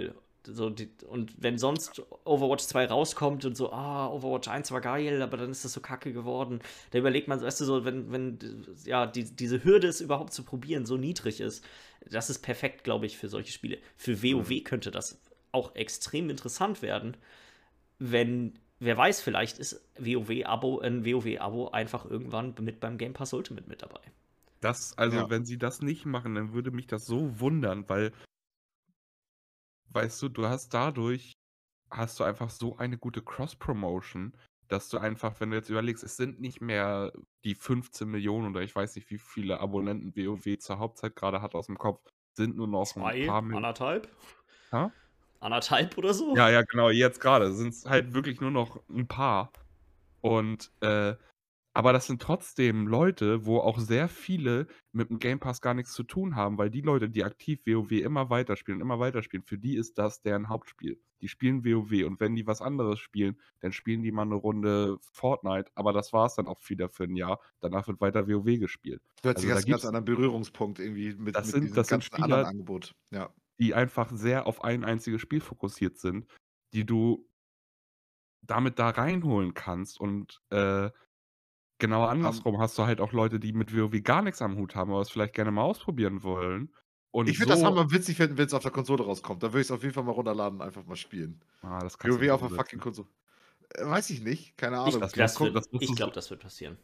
[SPEAKER 1] So die, und wenn sonst Overwatch zwei rauskommt und so, ah, Overwatch eins war geil, aber dann ist das so kacke geworden, da überlegt man, weißt du, so, wenn, wenn ja, die, diese Hürde, es überhaupt zu probieren, so niedrig ist, das ist perfekt, glaube ich, für solche Spiele. Für WoW
[SPEAKER 2] Mhm.
[SPEAKER 1] könnte das auch extrem interessant werden, wenn, wer weiß, vielleicht ist WoW-Abo, ein WoW-Abo einfach irgendwann mit beim Game Pass Ultimate mit dabei.
[SPEAKER 3] Das, also,
[SPEAKER 2] Ja.
[SPEAKER 3] wenn sie das nicht machen, dann würde mich das so wundern, weil, weißt du, du hast dadurch hast du einfach so eine gute Cross-Promotion, dass du einfach, wenn du jetzt überlegst, es sind nicht mehr die fünfzehn Millionen oder ich weiß nicht, wie viele Abonnenten WoW zur Hauptzeit gerade hat aus dem Kopf, sind nur noch ein
[SPEAKER 1] Zwei,
[SPEAKER 3] paar Millionen.
[SPEAKER 1] anderthalb,
[SPEAKER 3] Hä?
[SPEAKER 1] anderthalb oder so.
[SPEAKER 3] Ja, ja, genau, jetzt gerade sind es halt wirklich nur noch ein paar. Und, äh, aber das sind trotzdem Leute, wo auch sehr viele mit dem Game Pass gar nichts zu tun haben, weil die Leute, die aktiv WoW immer weiterspielen, immer weiterspielen, für die ist das deren Hauptspiel. Die spielen WoW und wenn die was anderes spielen, dann spielen die mal eine Runde Fortnite, aber das war's dann auch wieder für ein Jahr. Danach wird weiter WoW gespielt.
[SPEAKER 2] Plötzlich
[SPEAKER 3] Also, da
[SPEAKER 2] hast du einen ganz
[SPEAKER 3] gibt's
[SPEAKER 2] anderen Berührungspunkt irgendwie mit,
[SPEAKER 3] das
[SPEAKER 2] mit
[SPEAKER 3] sind
[SPEAKER 2] diesem
[SPEAKER 3] das sind
[SPEAKER 2] ganzen anderen
[SPEAKER 3] Spieler,
[SPEAKER 2] Angebot. Ja.
[SPEAKER 3] die einfach sehr auf ein einziges Spiel fokussiert sind, die du damit da reinholen kannst und, äh genau
[SPEAKER 2] Ähm,
[SPEAKER 3] andersrum hast du halt auch Leute, die mit WoW gar nichts am Hut haben, aber es vielleicht gerne mal ausprobieren wollen. Und
[SPEAKER 2] ich würde das
[SPEAKER 3] so
[SPEAKER 2] hammer witzig finden, wenn es auf der Konsole rauskommt. Da würde ich es auf jeden Fall mal runterladen und einfach mal spielen.
[SPEAKER 3] ah, das kannst du
[SPEAKER 2] WoW
[SPEAKER 3] nicht
[SPEAKER 2] auf der fucking
[SPEAKER 3] umsetzen.
[SPEAKER 2] Konsole. Äh, weiß ich nicht, keine
[SPEAKER 1] Ich,
[SPEAKER 2] Ahnung.
[SPEAKER 3] Das
[SPEAKER 2] Mal
[SPEAKER 3] musst
[SPEAKER 1] das
[SPEAKER 3] du
[SPEAKER 1] wird,
[SPEAKER 2] gucken.
[SPEAKER 3] das musst du
[SPEAKER 1] ich
[SPEAKER 3] so
[SPEAKER 1] glaube, das wird passieren.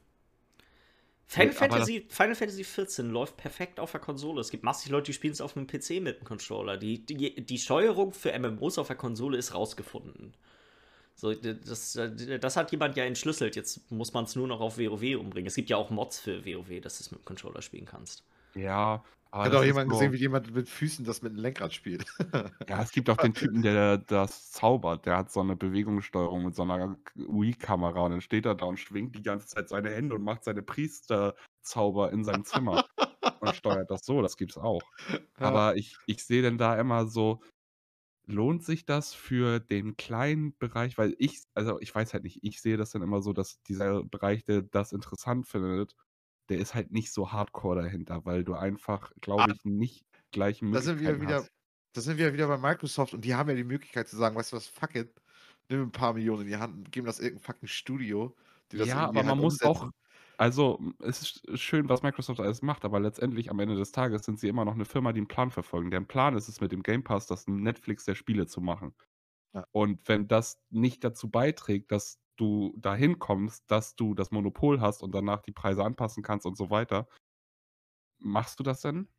[SPEAKER 3] ne,
[SPEAKER 1] Final
[SPEAKER 3] aber das
[SPEAKER 1] Fantasy, Final Fantasy vierzehn läuft perfekt auf der Konsole. Es gibt massig Leute, die spielen es auf einem P C mit einem Controller. Die, die, die Steuerung für M M Os auf der Konsole ist rausgefunden. So, das, das hat jemand ja entschlüsselt. Jetzt muss man es nur noch auf WoW umbringen. Es gibt ja auch Mods für WoW, dass du es mit dem Controller spielen kannst.
[SPEAKER 3] ja,
[SPEAKER 2] Ich
[SPEAKER 3] aber
[SPEAKER 2] habe auch
[SPEAKER 3] das ist
[SPEAKER 2] jemanden gesehen,
[SPEAKER 3] so
[SPEAKER 2] wie jemand mit Füßen das mit einem Lenkrad spielt.
[SPEAKER 3] ja, es gibt auch den Typen, der das zaubert. Der hat so 'ne Bewegungssteuerung mit so 'ner Wii-Kamera und dann steht er da und schwingt die ganze Zeit seine Hände und macht seine Priesterzauber in seinem Zimmer und steuert das so, das gibt's auch.
[SPEAKER 2] Ja.
[SPEAKER 3] Aber ich ich sehe dann da immer so, lohnt sich das für den kleinen Bereich? Weil ich also, ich weiß halt nicht, ich sehe das dann immer so, dass dieser Bereich, der das interessant findet, der ist halt nicht so hardcore dahinter, weil du einfach,
[SPEAKER 2] Ah,
[SPEAKER 3] glaube ich, nicht gleiche
[SPEAKER 2] da sind wir
[SPEAKER 3] Möglichkeiten
[SPEAKER 2] wieder,
[SPEAKER 3] hast.
[SPEAKER 2] da sind wir wieder bei Microsoft und die haben ja die Möglichkeit zu sagen, weißt du was, fuck it, nimm ein paar Millionen in die Hand und geben das irgendein fucking Studio, die das
[SPEAKER 3] Ja, aber
[SPEAKER 2] irgendwie halt
[SPEAKER 3] man muss auch
[SPEAKER 2] umsetzen.
[SPEAKER 3] also, hm, es ist schön, was Microsoft alles macht, aber letztendlich am Ende des Tages sind sie immer noch 'ne Firma, die 'n Plan verfolgen. Deren Plan ist es, mit dem Game Pass das Netflix der Spiele zu machen.
[SPEAKER 2] Ja.
[SPEAKER 3] Und wenn das nicht dazu beiträgt, dass du dahin kommst, dass du das Monopol hast und danach die Preise anpassen kannst und so weiter, machst du das denn?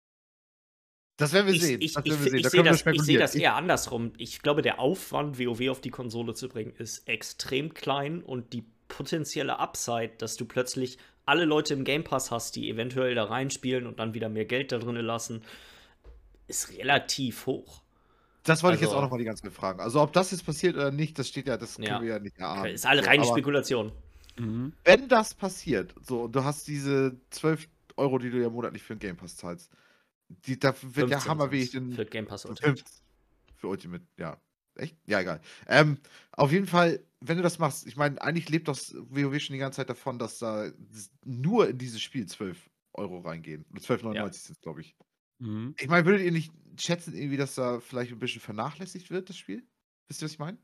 [SPEAKER 2] Das werden wir
[SPEAKER 1] Ich,
[SPEAKER 2] sehen.
[SPEAKER 1] ich,
[SPEAKER 2] Das
[SPEAKER 1] ich,
[SPEAKER 2] werden wir sehen.
[SPEAKER 1] ich
[SPEAKER 2] Da
[SPEAKER 1] sehe
[SPEAKER 2] können wir
[SPEAKER 1] das, ich seh
[SPEAKER 2] spekulieren.
[SPEAKER 1] das
[SPEAKER 2] Ich,
[SPEAKER 1] eher andersrum. Ich glaube, der Aufwand, WoW auf die Konsole zu bringen, ist extrem klein und die potenzielle Upside, dass du plötzlich alle Leute im Game Pass hast, die eventuell da reinspielen und dann wieder mehr Geld da drin lassen, ist relativ hoch.
[SPEAKER 2] das wollte ich jetzt auch noch
[SPEAKER 1] Also,
[SPEAKER 2] mal die ganze Zeit fragen. Also, ob das jetzt passiert oder nicht, das steht ja, das können
[SPEAKER 1] ja,
[SPEAKER 2] wir ja nicht erahnen.
[SPEAKER 1] ist alle
[SPEAKER 2] So,
[SPEAKER 1] reine
[SPEAKER 2] aber
[SPEAKER 1] Spekulation.
[SPEAKER 3] Mhm.
[SPEAKER 2] wenn das passiert, so, und du hast diese zwölf Euro, die du ja monatlich für den Game Pass zahlst, die, da wird ja
[SPEAKER 1] fünfzehn
[SPEAKER 2] hammerwenig
[SPEAKER 1] sind's
[SPEAKER 2] in
[SPEAKER 1] für Game Pass Ultimate.
[SPEAKER 2] fünf für Ultimate, ja. Echt? Ja, egal. Ähm, auf jeden Fall, wenn du das machst, ich meine, eigentlich lebt das WoW schon die ganze Zeit davon, dass da s nur in dieses Spiel zwölf Euro reingehen. Oder zwölf
[SPEAKER 1] Ja.
[SPEAKER 2] neunundneunzig sind's, glaube ich.
[SPEAKER 3] Mhm.
[SPEAKER 2] Ich meine, würdet ihr nicht schätzen irgendwie, dass da vielleicht 'n bisschen vernachlässigt wird, das Spiel? Wisst ihr, was ich meine?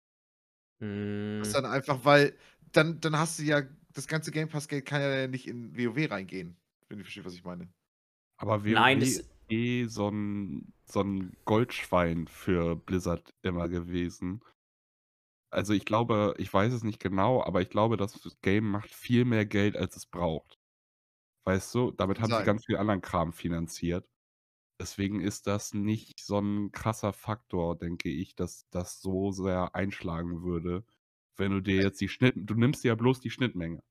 [SPEAKER 2] Dass
[SPEAKER 1] Mm,
[SPEAKER 2] dann einfach weil dann dann hast du ja das ganze Game Pass Geld kann ja nicht in WoW reingehen, wenn ihr versteht, was ich meine.
[SPEAKER 3] Aber WoW
[SPEAKER 1] nein, das,
[SPEAKER 3] ist eh so 'n so 'n Goldschwein für Blizzard immer gewesen. Also, ich glaube ich weiß es nicht genau, aber ich glaube, das Game macht viel mehr Geld, als es braucht. Weißt du?
[SPEAKER 2] Das
[SPEAKER 3] Damit
[SPEAKER 2] kann
[SPEAKER 3] haben sie
[SPEAKER 2] sein.
[SPEAKER 3] ganz viel anderen Kram finanziert. Deswegen ist das nicht so 'n krasser Faktor, denke ich, dass das so sehr einschlagen würde, wenn du dir
[SPEAKER 2] Äh,
[SPEAKER 3] jetzt die Schnitt du nimmst dir ja bloß die Schnittmenge.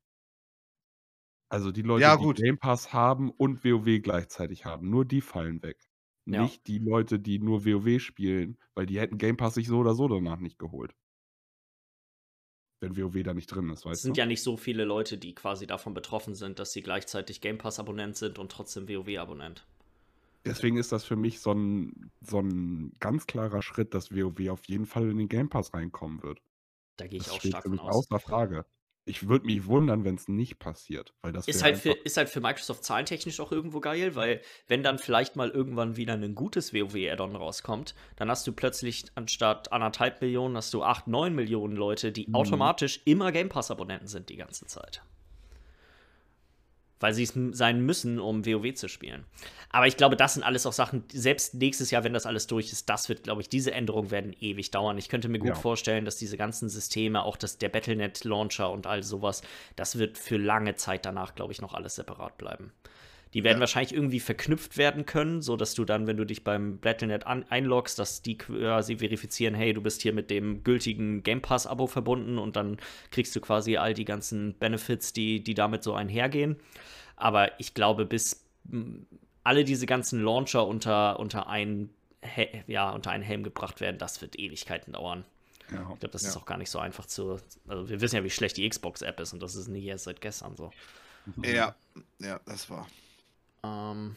[SPEAKER 3] Also, die Leute,
[SPEAKER 2] ja
[SPEAKER 3] die
[SPEAKER 2] gut.
[SPEAKER 3] Game Pass haben und WoW gleichzeitig haben, nur die fallen weg.
[SPEAKER 1] ja.
[SPEAKER 3] Nicht die Leute, die nur WoW spielen, weil die hätten Game Pass sich so oder so danach nicht geholt, wenn WoW da nicht drin ist,
[SPEAKER 1] Es
[SPEAKER 3] weißt
[SPEAKER 1] sind
[SPEAKER 3] du?
[SPEAKER 1] ja nicht so viele Leute, die quasi davon betroffen sind, dass sie gleichzeitig Game Pass-Abonnent sind und trotzdem WoW-Abonnent.
[SPEAKER 3] Deswegen ist das für mich so 'n so 'n ganz klarer Schritt, dass WoW auf jeden Fall in den Game Pass reinkommen wird.
[SPEAKER 1] Da gehe ich
[SPEAKER 3] Das
[SPEAKER 1] auch
[SPEAKER 3] steht
[SPEAKER 1] stark
[SPEAKER 3] für
[SPEAKER 1] von
[SPEAKER 3] mich
[SPEAKER 1] aus.
[SPEAKER 3] außer Frage. Ich würde mich wundern, wenn es nicht passiert, weil das
[SPEAKER 1] Ist
[SPEAKER 3] wäre
[SPEAKER 1] halt für,
[SPEAKER 3] einfach
[SPEAKER 1] ist halt für Microsoft zahlentechnisch auch irgendwo geil, weil wenn dann vielleicht mal irgendwann wieder ein gutes WoW-Add-on rauskommt, dann hast du plötzlich anstatt anderthalb Millionen, hast du acht, neun Millionen Leute, die
[SPEAKER 3] Mhm.
[SPEAKER 1] automatisch immer Game Pass-Abonnenten sind die ganze Zeit. Weil sie es m- sein müssen, um WoW zu spielen. Aber ich glaube, das sind alles auch Sachen, selbst nächstes Jahr, wenn das alles durch ist, das wird, glaube ich, diese Änderungen werden ewig dauern. Ich könnte mir gut
[SPEAKER 3] Ja.
[SPEAKER 1] vorstellen, dass diese ganzen Systeme, auch das, der Battle Punkt net Launcher und all sowas, das wird für lange Zeit danach, glaube ich, noch alles separat bleiben. Die werden
[SPEAKER 2] Ja.
[SPEAKER 1] wahrscheinlich irgendwie verknüpft werden können, so dass du dann, wenn du dich beim Battle Punkt net an einloggst, dass die quasi verifizieren, hey, du bist hier mit dem gültigen Game Pass-Abo verbunden und dann kriegst du quasi all die ganzen Benefits, die, die damit so einhergehen. Aber ich glaube, bis m, alle diese ganzen Launcher unter, unter, einen, He ja, unter einen Helm gebracht werden, das wird Ewigkeiten dauern.
[SPEAKER 3] Ja.
[SPEAKER 1] Ich glaube, das
[SPEAKER 2] Ja.
[SPEAKER 1] ist auch gar nicht so einfach zu. Also, wir wissen ja, wie schlecht die Xbox-App ist und das ist nicht erst seit gestern so.
[SPEAKER 2] Ja, ja, das war.
[SPEAKER 1] Ähm,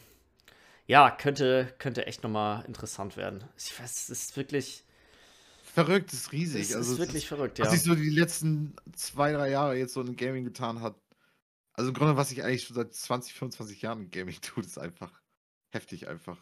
[SPEAKER 1] ja, könnte, könnte echt nochmal interessant werden. Ich weiß, es ist wirklich.
[SPEAKER 2] Verrückt, ist riesig.
[SPEAKER 1] Es
[SPEAKER 2] also
[SPEAKER 1] ist
[SPEAKER 2] es
[SPEAKER 1] wirklich verrückt,
[SPEAKER 2] was
[SPEAKER 1] ja.
[SPEAKER 2] sich so die letzten zwei, drei Jahre jetzt so in Gaming getan hat. Also im Grunde, was ich eigentlich schon seit zwanzig, fünfundzwanzig Jahren in Gaming tut, ist einfach heftig einfach.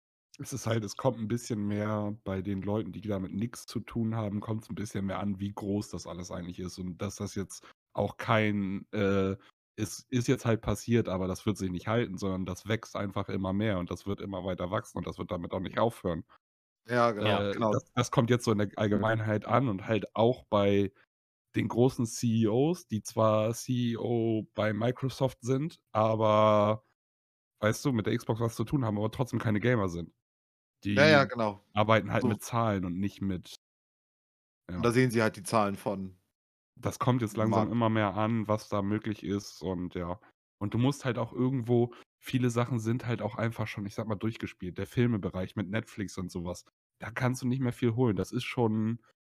[SPEAKER 3] Es ist halt, es kommt ein bisschen mehr bei den Leuten, die damit nichts zu tun haben, kommt es ein bisschen mehr an, wie groß das alles eigentlich ist und dass das jetzt auch kein, äh, es ist jetzt halt passiert, aber das wird sich nicht halten, sondern das wächst einfach immer mehr und das wird immer weiter wachsen und das wird damit auch nicht aufhören.
[SPEAKER 2] Ja, genau,
[SPEAKER 1] Ja.
[SPEAKER 3] Äh,
[SPEAKER 2] genau.
[SPEAKER 3] das das kommt jetzt so in der Allgemeinheit an und halt auch bei den großen C E Os, die zwar C E O bei Microsoft sind, aber weißt du, mit der Xbox was zu tun haben, aber trotzdem keine Gamer sind.
[SPEAKER 2] Ja, ja,
[SPEAKER 3] Die
[SPEAKER 2] genau.
[SPEAKER 3] arbeiten halt
[SPEAKER 2] So.
[SPEAKER 3] mit Zahlen und nicht mit
[SPEAKER 2] Und
[SPEAKER 3] ja.
[SPEAKER 2] da sehen sie halt die Zahlen von.
[SPEAKER 3] Das kommt jetzt langsam
[SPEAKER 2] Markt.
[SPEAKER 3] immer mehr an, was da möglich ist und ja. Und du musst halt auch irgendwo viele Sachen sind halt auch einfach schon, ich sage mal, durchgespielt. Der Filmebereich mit Netflix und so was. Da kannst du nicht mehr viel holen. Das ist schon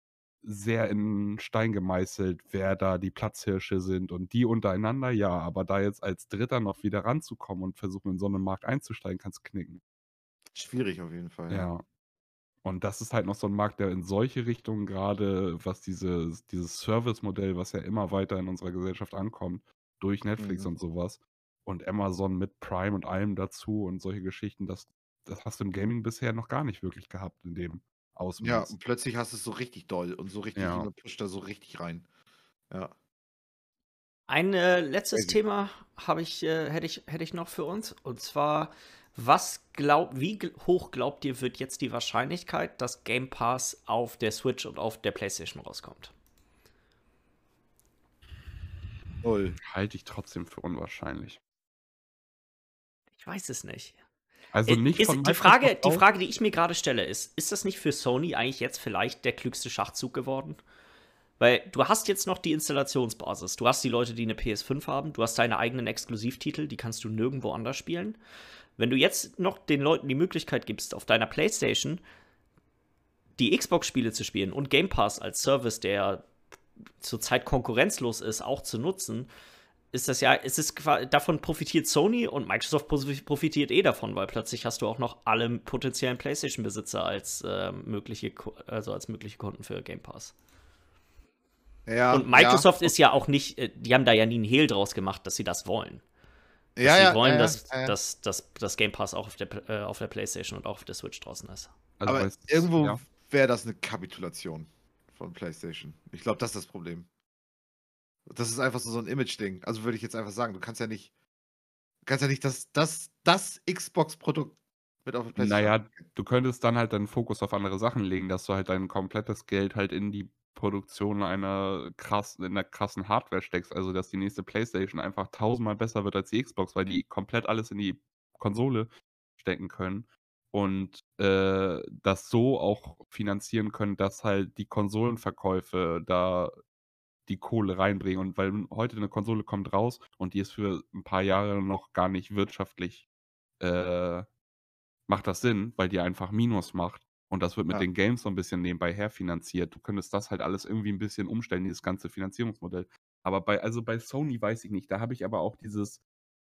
[SPEAKER 3] sehr in Stein gemeißelt, wer da die Platzhirsche sind und die untereinander, ja. Aber da jetzt als Dritter noch wieder ranzukommen und versuchen, in so 'nen Markt einzusteigen, kannst knicken.
[SPEAKER 2] Schwierig auf jeden Fall, ja.
[SPEAKER 3] Ja. Und das ist halt noch so 'n Markt, der in solche Richtungen grade, was dieses dieses Servicemodell, was ja immer weiter in unserer Gesellschaft ankommt, durch Netflix
[SPEAKER 2] Mhm.
[SPEAKER 3] und so was und Amazon mit Prime und allem dazu und solche Geschichten, das das hast du im Gaming bisher noch gar nicht wirklich gehabt in dem
[SPEAKER 2] Ja,
[SPEAKER 3] Ausmaß.
[SPEAKER 2] und plötzlich hast du's so richtig doll und so richtig
[SPEAKER 3] Ja.
[SPEAKER 2] jemand pusht da so richtig rein. Ja.
[SPEAKER 1] Ein äh, letztes
[SPEAKER 2] Crazy.
[SPEAKER 1] Thema habe ich, äh, hätte ich, hätte ich noch für uns. Und zwar, was glaub, wie gl- hoch glaubt ihr, wird jetzt die Wahrscheinlichkeit, dass Game Pass auf der Switch und auf der PlayStation rauskommt?
[SPEAKER 2] Null.
[SPEAKER 3] Halte ich trotzdem für unwahrscheinlich.
[SPEAKER 1] Ich weiß es nicht.
[SPEAKER 3] Also
[SPEAKER 1] Äh,
[SPEAKER 3] nicht
[SPEAKER 1] ist,
[SPEAKER 3] von
[SPEAKER 1] die, Frage,
[SPEAKER 3] Microsoft
[SPEAKER 1] die
[SPEAKER 3] aus.
[SPEAKER 1] Frage, die ich mir gerade stelle, ist, ist das nicht für Sony eigentlich jetzt vielleicht der klügste Schachzug geworden? Weil du hast jetzt noch die Installationsbasis. Du hast die Leute, die eine P S fünf haben. Du hast deine eigenen Exklusivtitel, die kannst du nirgendwo anders spielen. Wenn du jetzt noch den Leuten die Möglichkeit gibst, auf deiner PlayStation die Xbox-Spiele zu spielen und Game Pass als Service, der zurzeit konkurrenzlos ist, auch zu nutzen, ist das ja, es ist qua- davon profitiert Sony und Microsoft pos- profitiert eh davon, weil plötzlich hast du auch noch alle potenziellen PlayStation-Besitzer als, äh, mögliche, Ku- also als mögliche Kunden für Game Pass.
[SPEAKER 2] Ja,
[SPEAKER 1] Und Microsoft ist ja auch nicht, äh, die haben da ja nie einen Hehl draus gemacht, dass sie das wollen. Dass
[SPEAKER 2] ja,
[SPEAKER 1] sie
[SPEAKER 2] ja,
[SPEAKER 1] wollen,
[SPEAKER 2] ja,
[SPEAKER 1] dass,
[SPEAKER 2] ja, ja.
[SPEAKER 1] dass, dass das Game Pass auch auf der, äh, auf der PlayStation und auch auf der Switch draußen ist.
[SPEAKER 3] Also
[SPEAKER 2] Aber
[SPEAKER 3] weißt
[SPEAKER 2] irgendwo
[SPEAKER 3] ja.
[SPEAKER 2] wäre das eine Kapitulation von PlayStation. Ich glaube, das ist das Problem. Das ist einfach so, so ein Image-Ding. Also würde ich jetzt einfach sagen, du kannst ja nicht, du kannst ja nicht das, das, das Xbox-Produkt mit auf der
[SPEAKER 3] Na
[SPEAKER 2] PlayStation.
[SPEAKER 3] ja, du könntest dann halt deinen Fokus auf andere Sachen legen, dass du halt dein komplettes Geld halt in die Produktion einer krass in 'ner krassen Hardware steckst. Also, dass die nächste PlayStation einfach tausendmal besser wird als die Xbox, weil die komplett alles in die Konsole stecken können und, äh, das so auch finanzieren können, dass halt die Konsolenverkäufe da die Kohle reinbringen. Und weil heute 'ne Konsole kommt raus und die ist für 'n paar Jahre noch gar nicht wirtschaftlich, äh macht das Sinn, weil die einfach Minus macht und das wird mit
[SPEAKER 2] Ja.
[SPEAKER 3] den Games so 'n bisschen nebenbei herfinanziert. Du könntest das halt alles irgendwie 'n bisschen umstellen, dieses ganze Finanzierungsmodell. Aber bei also, bei Sony weiß ich nicht, da habe ich aber auch dieses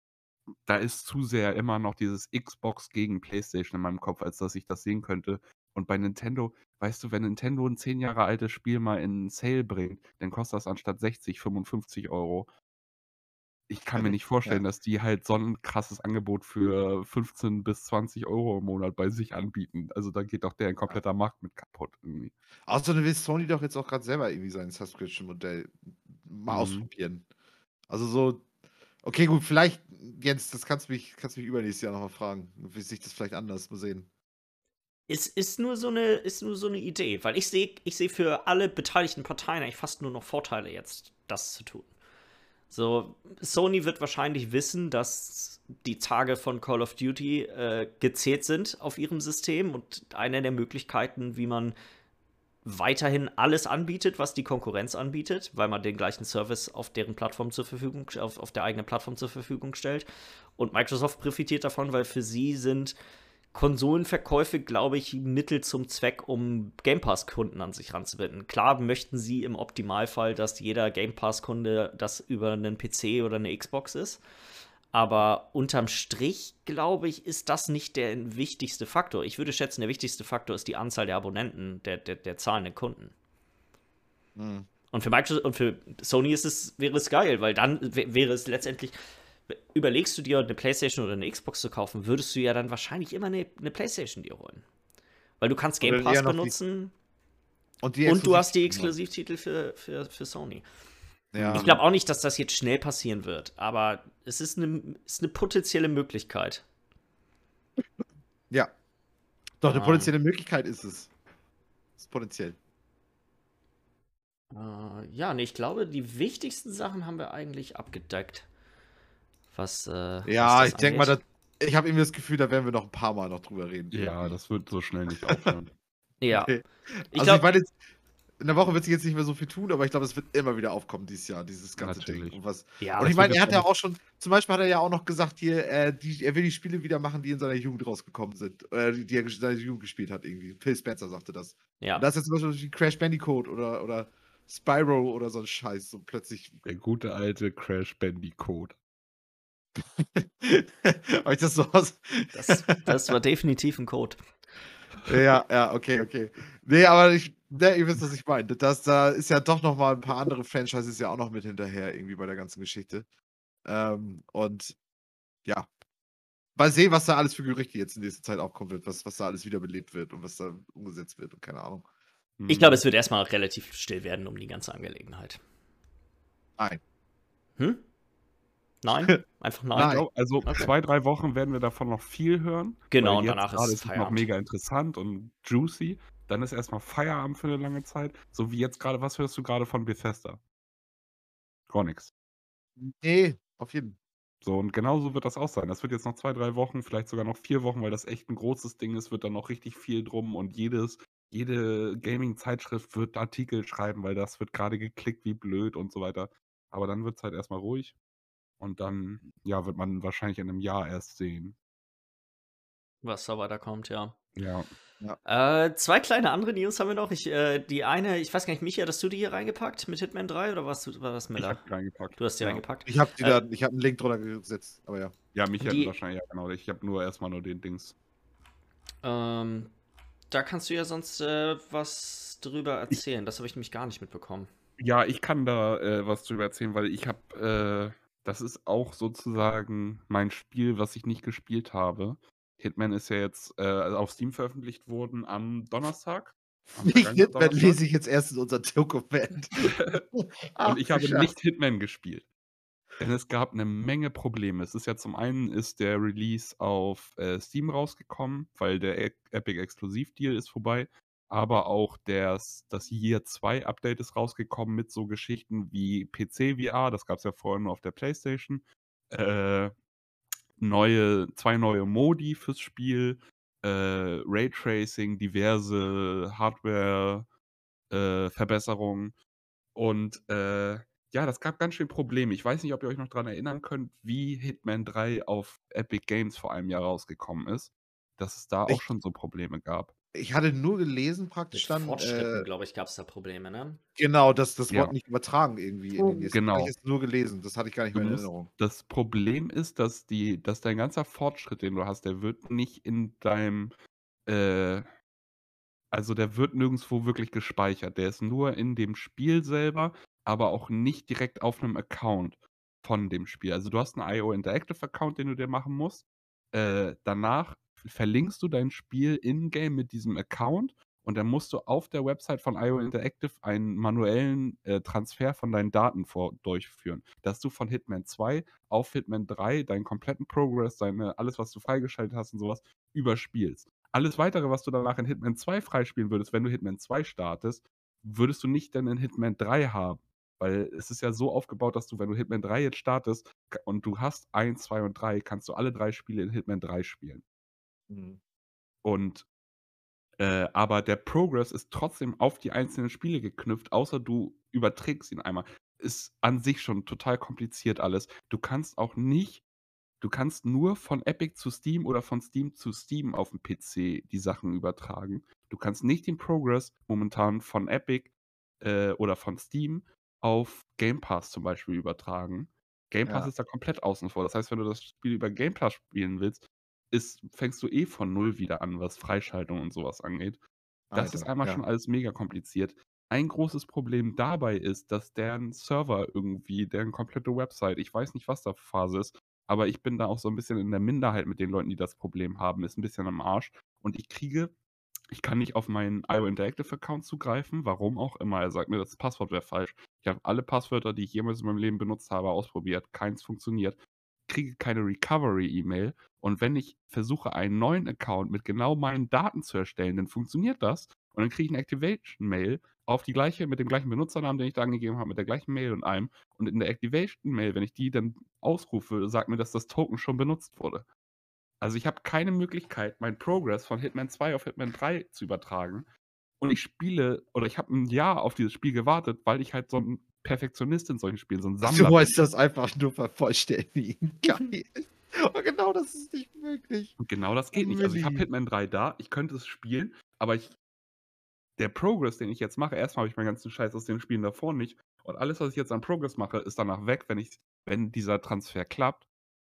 [SPEAKER 3] da ist zu sehr immer noch dieses Xbox gegen PlayStation in meinem Kopf, als dass ich das sehen könnte. Und bei Nintendo, weißt du, wenn Nintendo ein zehn Jahre altes Spiel mal in Sale bringt, dann kostet das anstatt sechzig, fünfundfünfzig Euro. Ich kann mir nicht vorstellen,
[SPEAKER 2] Ja.
[SPEAKER 3] dass die halt so 'n krasses Angebot für fünfzehn bis zwanzig Euro im Monat bei sich anbieten. Also, da geht doch deren
[SPEAKER 2] Ja.
[SPEAKER 3] kompletter Markt mit kaputt irgendwie.
[SPEAKER 2] Außerdem will Sony doch jetzt auch gerade selber irgendwie sein Subscription-Modell mal
[SPEAKER 3] Mhm.
[SPEAKER 2] ausprobieren. Also so, okay, gut, vielleicht, Jens, das kannst du mich, kannst du mich übernächstes Jahr nochmal fragen, wie sich das vielleicht anders, mal sehen.
[SPEAKER 1] Es ist nur so eine, ist nur so eine Idee, weil ich sehe ich sehe für alle beteiligten Parteien eigentlich fast nur noch Vorteile jetzt, das zu tun. So, Sony wird wahrscheinlich wissen, dass die Tage von Call of Duty äh, gezählt sind auf ihrem System und eine der Möglichkeiten, wie man weiterhin alles anbietet, was die Konkurrenz anbietet, weil man den gleichen Service auf deren Plattform zur Verfügung, auf, auf der eigenen Plattform zur Verfügung stellt. Und Microsoft profitiert davon, weil für sie sind Konsolenverkäufe, glaube ich, Mittel zum Zweck, um Game Pass-Kunden an sich ranzubinden. Klar möchten sie im Optimalfall, dass jeder Game Pass-Kunde das über einen P C oder eine Xbox ist. Aber unterm Strich, glaube ich, ist das nicht der wichtigste Faktor. Ich würde schätzen, der wichtigste Faktor ist die Anzahl der Abonnenten, der, der, der zahlenden Kunden.
[SPEAKER 2] Hm.
[SPEAKER 1] Und für Microsoft und für Sony ist es, wäre es geil, weil dann wäre es letztendlich, überlegst du dir eine PlayStation oder eine Xbox zu kaufen, würdest du ja dann wahrscheinlich immer eine, eine PlayStation dir holen. Weil du kannst Game
[SPEAKER 2] Oder
[SPEAKER 1] Pass
[SPEAKER 2] eher noch die-
[SPEAKER 1] benutzen
[SPEAKER 2] Und, die
[SPEAKER 1] und du hast die
[SPEAKER 2] Exklusivtitel.
[SPEAKER 1] Exklusivtitel für, für, für Sony.
[SPEAKER 2] Ja.
[SPEAKER 1] Ich glaube auch nicht, dass das jetzt schnell passieren wird, aber es ist eine, ist eine potenzielle Möglichkeit.
[SPEAKER 2] Ja. Doch, eine
[SPEAKER 1] Ähm.
[SPEAKER 2] potenzielle Möglichkeit ist es. Ist potenziell.
[SPEAKER 1] Äh, ja, nee, ich glaube, die wichtigsten Sachen haben wir eigentlich abgedeckt. Was, äh,
[SPEAKER 2] Ja,
[SPEAKER 1] was
[SPEAKER 2] ich
[SPEAKER 1] das
[SPEAKER 2] denke mal,
[SPEAKER 1] angeht.
[SPEAKER 2] das, ich habe irgendwie das Gefühl, da werden wir noch ein paar Mal noch drüber reden.
[SPEAKER 3] Ja,
[SPEAKER 2] irgendwie.
[SPEAKER 3] das wird so schnell nicht aufhören.
[SPEAKER 1] Ja.
[SPEAKER 2] Okay.
[SPEAKER 1] Ich
[SPEAKER 2] Also ich
[SPEAKER 1] glaube,
[SPEAKER 2] meine, jetzt, in der Woche wird sich jetzt nicht mehr so viel tun, aber ich glaube, es wird immer wieder aufkommen dieses Jahr, dieses ganze
[SPEAKER 3] Natürlich.
[SPEAKER 2] Ding. Und, was,
[SPEAKER 1] ja,
[SPEAKER 2] und
[SPEAKER 3] das
[SPEAKER 2] ich meine,
[SPEAKER 3] wird
[SPEAKER 2] er hat
[SPEAKER 3] jetzt
[SPEAKER 2] ja auch schon, zum Beispiel hat er ja auch noch gesagt, hier, äh, die, er will die Spiele wieder machen, die in seiner Jugend rausgekommen sind. Äh, die, die er in seiner Jugend gespielt hat irgendwie. Phil Spencer sagte das.
[SPEAKER 1] ja.
[SPEAKER 2] Und das ist jetzt zum Beispiel wie Crash Bandicoot oder, oder Spyro oder so ein Scheiß. So plötzlich.
[SPEAKER 3] Der gute alte Crash Bandicoot.
[SPEAKER 2] Habe ich das so aus?
[SPEAKER 1] Das, das war definitiv ein Code.
[SPEAKER 2] Ja, ja, okay, okay. Nee, aber ich, ne, ihr wisst, was ich meine. Das, da ist ja doch noch mal ein paar andere Franchises ja auch noch mit hinterher irgendwie bei der ganzen Geschichte. Ähm, und ja, mal sehen, was da alles für Gerüchte jetzt in nächster Zeit aufkommen wird, was, was da alles wiederbelebt wird und was da umgesetzt wird und keine Ahnung.
[SPEAKER 1] Ich glaube, es wird erstmal relativ still werden um die ganze Angelegenheit.
[SPEAKER 2] Nein.
[SPEAKER 1] Hm? Nein? Einfach nein?
[SPEAKER 3] Ich
[SPEAKER 2] Nein.
[SPEAKER 3] glaube, also
[SPEAKER 1] Okay.
[SPEAKER 3] zwei, drei Wochen werden wir davon noch viel hören.
[SPEAKER 1] Genau,
[SPEAKER 3] weil
[SPEAKER 1] und
[SPEAKER 3] jetzt
[SPEAKER 1] danach ist
[SPEAKER 3] gerade
[SPEAKER 1] es
[SPEAKER 3] es noch
[SPEAKER 1] Feierabend.
[SPEAKER 3] mega interessant und juicy. Dann ist erstmal Feierabend für eine lange Zeit. So wie jetzt gerade, was hörst du gerade von Bethesda? Gar nichts.
[SPEAKER 2] Nee, auf jeden Fall.
[SPEAKER 3] So, und genauso wird das auch sein. Das wird jetzt noch zwei, drei Wochen, vielleicht sogar noch vier Wochen, weil das echt ein großes Ding ist, wird dann noch richtig viel drum und jedes, jede Gaming-Zeitschrift wird Artikel schreiben, weil das wird gerade geklickt wie blöd und so weiter. Aber dann wird es halt erstmal ruhig und dann, ja, wird man wahrscheinlich in einem Jahr erst sehen.
[SPEAKER 1] Was da weiterkommt, ja.
[SPEAKER 3] Ja.
[SPEAKER 1] Äh, zwei kleine andere News haben wir noch. Ich, äh, die eine, ich weiß gar nicht, Micha, hast du die hier reingepackt mit Hitman drei oder warst du, war das
[SPEAKER 3] Ich
[SPEAKER 1] Miller?
[SPEAKER 3] habe die reingepackt.
[SPEAKER 1] Du hast die
[SPEAKER 3] ja.
[SPEAKER 1] reingepackt.
[SPEAKER 2] Ich habe
[SPEAKER 1] Äh,
[SPEAKER 2] da, ich habe einen Link drunter gesetzt, aber ja.
[SPEAKER 3] Ja, mich hätte
[SPEAKER 1] Die-
[SPEAKER 3] wahrscheinlich, ja genau. Ich habe nur erstmal nur den Dings.
[SPEAKER 1] Ähm, da kannst du ja sonst äh, was drüber erzählen. Das habe ich nämlich gar nicht mitbekommen.
[SPEAKER 3] Ja, ich kann da äh, was drüber erzählen, weil ich habe, äh, das ist auch sozusagen mein Spiel, was ich nicht gespielt habe. Hitman ist ja jetzt äh, auf Steam veröffentlicht worden am Donnerstag. Am
[SPEAKER 2] Nicht
[SPEAKER 3] vergangenen
[SPEAKER 2] Hitman
[SPEAKER 3] Donnerstag.
[SPEAKER 2] lese ich jetzt erst in unser Dokument. Ach,
[SPEAKER 3] Und ich habe
[SPEAKER 2] Scheiße.
[SPEAKER 3] nicht Hitman gespielt. Denn es gab eine Menge Probleme. Es ist ja zum einen ist der Release auf äh, Steam rausgekommen, weil der E- Epic Exklusivdeal ist vorbei. Aber auch das, das Year zwei Update ist rausgekommen mit so Geschichten wie P C V R, das gab es ja vorher nur auf der PlayStation. Äh, neue, zwei neue Modi fürs Spiel, äh, Raytracing, diverse Hardware äh, Verbesserungen. Und äh, ja, das gab ganz schön Probleme. Ich weiß nicht, ob ihr euch noch daran erinnern könnt, wie Hitman drei auf Epic Games vor einem Jahr rausgekommen ist. Dass es da auch
[SPEAKER 2] Ich-
[SPEAKER 3] schon so Probleme gab.
[SPEAKER 2] Ich hatte nur gelesen praktisch
[SPEAKER 1] Mit
[SPEAKER 2] dann,
[SPEAKER 1] Fortschritten,
[SPEAKER 2] äh,
[SPEAKER 1] glaube ich, gab es da Probleme, ne?
[SPEAKER 2] genau, dass das
[SPEAKER 3] Ja.
[SPEAKER 2] Wort nicht übertragen irgendwie in den nächsten. Das
[SPEAKER 3] Genau.
[SPEAKER 2] habe ich jetzt nur gelesen, das hatte ich gar nicht
[SPEAKER 3] Du
[SPEAKER 2] mehr in
[SPEAKER 3] musst,
[SPEAKER 2] Erinnerung.
[SPEAKER 3] das Problem ist, dass die, dass dein ganzer Fortschritt, den du hast, der wird nicht in deinem, äh, Also, der wird nirgendswo wirklich gespeichert. Der ist nur in dem Spiel selber, aber auch nicht direkt auf 'nem Account von dem Spiel. Also, du hast 'n I O Interactive Account, den du dir machen musst. Äh, danach v verlinkst du dein Spiel in-game mit diesem Account und dann musst du auf der Website von I O Interactive einen manuellen, äh, Transfer von deinen Daten vor durchführen, dass du von Hitman zwei auf Hitman drei deinen kompletten Progress, deine alles, was du freigeschaltet hast und so was, überspielst. Alles Weitere, was du danach in Hitman zwei freispielen würdest, wenn du Hitman zwei startest, würdest du nicht dann in Hitman drei haben. Weil es ist ja so aufgebaut, dass du, wenn du Hitman drei jetzt startest k und du hast eins, zwei und drei, kannst du alle drei Spiele in Hitman drei spielen.
[SPEAKER 2] Mhm.
[SPEAKER 3] Und äh, aber der Progress ist trotzdem auf die einzelnen Spiele geknüpft, außer du überträgst ihn einmal. Ist an sich schon total kompliziert alles. Du kannst auch nicht du kannst nur von Epic zu Steam oder von Steam zu Steam aufm P C die Sachen übertragen. Du kannst nicht den Progress momentan von Epic, äh, oder von Steam auf Game Pass zum Beispiel übertragen. Game Pass
[SPEAKER 2] Ja.
[SPEAKER 3] ist da komplett außen vor. Das heißt, wenn du das Spiel über Game Pass spielen willst, ist fängst du eh von null wieder an, was Freischaltung und so was angeht. Das ist
[SPEAKER 2] Alter,
[SPEAKER 3] einmal
[SPEAKER 2] ja.
[SPEAKER 3] schon alles mega kompliziert. Ein großes Problem dabei ist, dass deren Server irgendwie deren komplette Website ich weiß nicht, was da Phase ist, aber ich bin da auch so 'n bisschen in der Minderheit mit den Leuten, die das Problem haben, ist 'n bisschen am Arsch. Und ich kriege ich kann nicht auf meinen I O Interactive Account zugreifen, warum auch immer. Er sagt mir, das Passwort wäre falsch. Ich habe alle Passwörter, die ich jemals in meinem Leben benutzt habe, ausprobiert. Keins funktioniert. Kriege keine Recovery-E-Mail und wenn ich versuche, einen neuen Account mit genau meinen Daten zu erstellen, dann funktioniert das und dann kriege ich 'ne Activation-Mail auf die gleiche mit dem gleichen Benutzernamen, den ich da angegeben habe, mit der gleichen Mail und allem. Und in der Activation-Mail, wenn ich die dann ausrufe, sagt mir, dass das Token schon benutzt wurde. Also, ich habe keine Möglichkeit, meinen Progress von Hitman zwei auf Hitman drei zu übertragen. Und ich spiele oder ich habe 'n Jahr auf dieses Spiel gewartet, weil ich halt so 'n Perfektionist in solchen Spielen, so 'n
[SPEAKER 2] Du
[SPEAKER 3] Sammler bin.
[SPEAKER 2] wolltest das einfach nur vervollständigen. Geil. Und genau das ist nicht möglich.
[SPEAKER 3] Und genau das
[SPEAKER 2] Oh,
[SPEAKER 3] geht nicht. Also, ich habe
[SPEAKER 2] Willi.
[SPEAKER 3] Hitman drei da, ich könnte es spielen, aber ich der Progress, den ich jetzt mache erst mal habe ich meinen ganzen Scheiß aus den Spielen davor nicht und alles, was ich jetzt an Progress mache, ist danach weg, wenn ich wenn dieser Transfer klappt.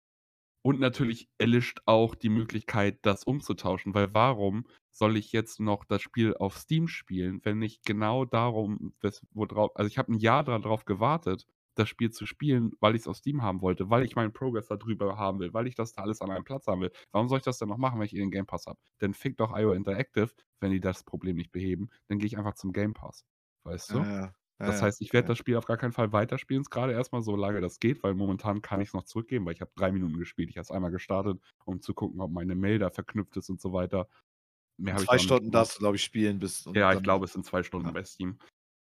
[SPEAKER 3] Und natürlich erlischt auch die Möglichkeit, das umzutauschen, weil warum soll ich jetzt noch das Spiel auf Steam spielen, wenn ich genau darum wes wodrauf also, ich habe 'n Jahr da drauf gewartet, das Spiel zu spielen, weil ich's auf Steam haben wollte, weil ich meinen Progress da drüber haben will, weil ich das da alles an einem Platz haben will. Warum soll ich das denn noch machen, wenn ich eh den Game Pass habe? Dann fickt doch I O Interactive, wenn die das Problem nicht beheben, dann gehe ich einfach zum Game Pass, weißt
[SPEAKER 2] Ja,
[SPEAKER 3] du?
[SPEAKER 2] ja. Ja,
[SPEAKER 3] Das
[SPEAKER 2] ja.
[SPEAKER 3] heißt, ich werde
[SPEAKER 2] Ja.
[SPEAKER 3] das Spiel auf gar keinen Fall weiterspielen, jetzt grade erst mal, solange das geht, weil momentan kann ich's noch zurückgeben, weil ich habe drei Minuten gespielt. Ich habe es einmal gestartet, um zu gucken, ob meine Mail da verknüpft ist und so weiter. Mehr
[SPEAKER 2] Und
[SPEAKER 3] habe ich
[SPEAKER 2] zwei
[SPEAKER 3] da auch nicht
[SPEAKER 2] Stunden
[SPEAKER 3] gemacht.
[SPEAKER 2] darfst du, glaube ich, spielen bis und
[SPEAKER 3] Ja, ich
[SPEAKER 2] dann
[SPEAKER 3] glaube, es sind zwei Stunden
[SPEAKER 2] ja.
[SPEAKER 3] bei Steam.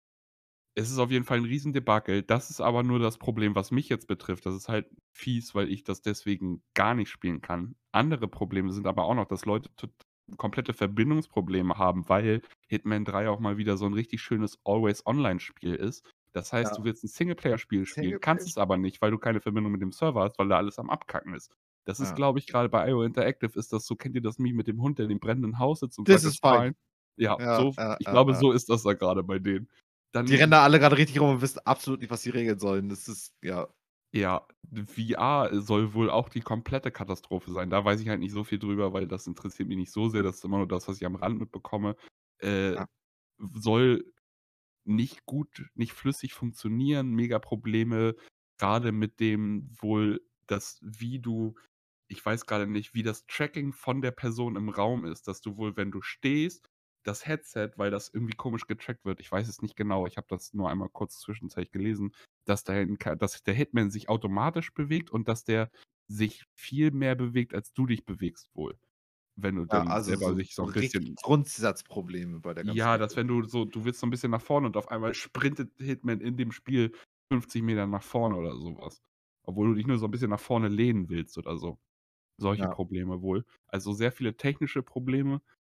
[SPEAKER 3] Es ist auf jeden Fall 'n Riesendebakel. Das ist aber nur das Problem, was mich jetzt betrifft. Das ist halt fies, weil ich das deswegen gar nicht spielen kann. Andere Probleme sind aber auch noch, dass Leute tot komplette Verbindungsprobleme haben, weil Hitman drei auch mal wieder so 'n richtig schönes Always-Online-Spiel ist. Das heißt, du
[SPEAKER 2] Ja.
[SPEAKER 3] willst 'n Singleplayer-Spiel spielen, kannst
[SPEAKER 2] Singleplayer
[SPEAKER 3] es aber nicht, weil du keine Verbindung mit dem Server hast, weil da alles am Abkacken ist. Das ist,
[SPEAKER 2] Ja.
[SPEAKER 3] glaube ich, grade bei I O Interactive ist das so kennt ihr das Meme mit dem Hund, der in dem brennenden Haus sitzt und
[SPEAKER 2] Das
[SPEAKER 3] sagt:
[SPEAKER 2] ist
[SPEAKER 3] „It's
[SPEAKER 2] fein.
[SPEAKER 3] fine?“ Ja,
[SPEAKER 2] Ja,
[SPEAKER 3] so
[SPEAKER 2] ja,
[SPEAKER 3] ich
[SPEAKER 2] ja,
[SPEAKER 3] glaube,
[SPEAKER 2] ja.
[SPEAKER 3] so ist das da grade bei denen.
[SPEAKER 2] Die rennen
[SPEAKER 3] Dann
[SPEAKER 2] da alle grade richtig rum und wissen absolut nicht, was sie regeln sollen. Das ist ja.
[SPEAKER 3] Ja, V R soll wohl auch die komplette Katastrophe sein. Da weiß ich halt nicht so viel drüber, weil das interessiert mich nicht so sehr. Das ist immer nur das, was ich am Rand mitbekomme. Äh,
[SPEAKER 2] Ja.
[SPEAKER 3] w soll nicht gut nicht flüssig funktionieren, Mega-Probleme, grade mit dem wohl das wie du ich weiß grade nicht, wie das Tracking von der Person im Raum ist, dass du wohl, wenn du stehst, das Headset, weil das irgendwie komisch getrackt wird, ich weiß es nicht genau, ich habe das nur einmal kurz zwischenzeitlich gelesen, dass da hinten kei dass der Hitman sich automatisch bewegt und dass der sich viel mehr bewegt, als du dich bewegst wohl, wenn du
[SPEAKER 2] Ja,
[SPEAKER 3] dann
[SPEAKER 2] also
[SPEAKER 3] selber
[SPEAKER 2] so
[SPEAKER 3] sich so
[SPEAKER 2] so
[SPEAKER 3] 'n
[SPEAKER 2] richtig
[SPEAKER 3] bisschen
[SPEAKER 2] Grundsatzprobleme bei der ganzen
[SPEAKER 3] Ja, dass
[SPEAKER 2] Geschichte.
[SPEAKER 3] wenn du so du willst so 'n bisschen nach vorne und auf einmal sprintet Hitman in dem Spiel fünfzig Meter nach vorne oder so was, obwohl du dich nur so 'n bisschen nach vorne lehnen willst oder so. Solche
[SPEAKER 2] Ja.
[SPEAKER 3] Probleme wohl. Also, sehr viele technische Probleme.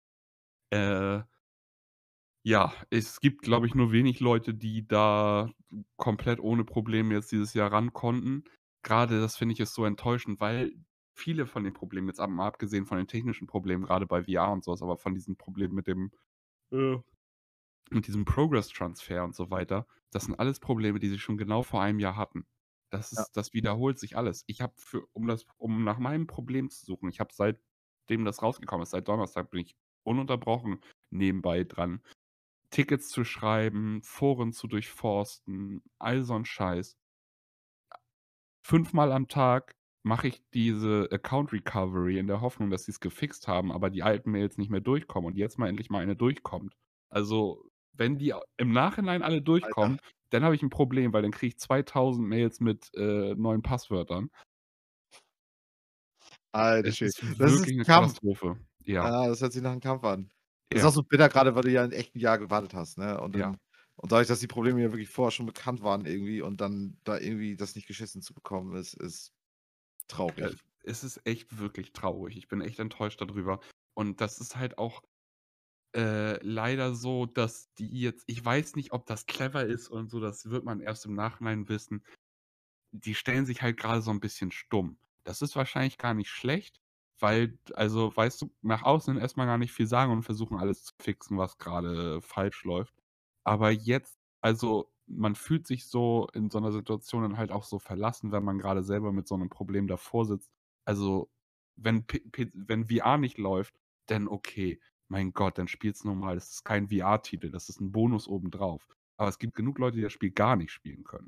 [SPEAKER 3] Äh ja, es gibt, glaube ich, nur wenig Leute, die da komplett ohne Probleme jetzt dieses Jahr ran konnten. Grade das finde ich ist so enttäuschend, weil viele von den Problemen jetzt ab mal abgesehen von den technischen Problemen, grade bei V R und so was, aber von diesem Problem mit dem äh, mit diesem Progress-Transfer und so weiter, das sind alles Probleme, die sie schon genau vor einem Jahr hatten. Das
[SPEAKER 2] Ja.
[SPEAKER 3] ist das wiederholt sich alles. Ich habe für um das um nach meinem Problem zu suchen ich habe seitdem das rausgekommen ist, seit Donnerstag bin ich ununterbrochen nebenbei dran. Tickets zu schreiben, Foren zu durchforsten, all so 'n Scheiß. Fünfmal am Tag mache ich diese Account Recovery in der Hoffnung, dass sie's gefixt haben, aber die alten Mails nicht mehr durchkommen und jetzt mal endlich mal eine durchkommt. Also, wenn die a im Nachhinein alle
[SPEAKER 2] Alter.
[SPEAKER 3] durchkommen, dann habe ich 'n Problem, weil dann kriege ich zweitausend Mails mit, äh, neuen Passwörtern.
[SPEAKER 2] Alter
[SPEAKER 3] Es
[SPEAKER 2] Schwede.
[SPEAKER 3] ist
[SPEAKER 2] Das ist
[SPEAKER 3] wirklich 'ne
[SPEAKER 2] Kampf.
[SPEAKER 3] Katastrophe. Ja.
[SPEAKER 2] Ah, das hört sich nach 'nem Kampf an. Das ist auch
[SPEAKER 3] Ja.
[SPEAKER 2] so bitter, grade weil du ja 'n echt 'n Jahr gewartet hast, ne? Und
[SPEAKER 3] Ja.
[SPEAKER 2] dann und dadurch, dass die Probleme ja wirklich vorher schon bekannt waren irgendwie und dann da irgendwie das nicht geschissen zu bekommen, ist ist
[SPEAKER 3] Ja,
[SPEAKER 2] traurig.
[SPEAKER 3] es ist echt wirklich traurig. Ich bin echt enttäuscht da drüber. Und das ist halt auch, äh, leider so, dass die jetzt ich weiß nicht, ob das clever ist und so, das wird man erst im Nachhinein wissen. Die stellen sich halt grade so 'n bisschen stumm. Das ist wahrscheinlich gar nicht schlecht, weil also, weißt du, nach außen hin erst mal gar nicht viel sagen und versuchen, alles zu fixen, was grade falsch läuft. Aber jetzt also, man fühlt sich so in so 'ner Situation dann halt auch so verlassen, wenn man grade selber mit so 'nem Problem davor sitzt. Also, wenn P P wenn V R nicht läuft, dann okay. Mein Gott, dann spiel's normal. Das ist kein V R-Titel, das ist 'n Bonus obendrauf. Aber es gibt genug Leute, die das Spiel gar nicht spielen können.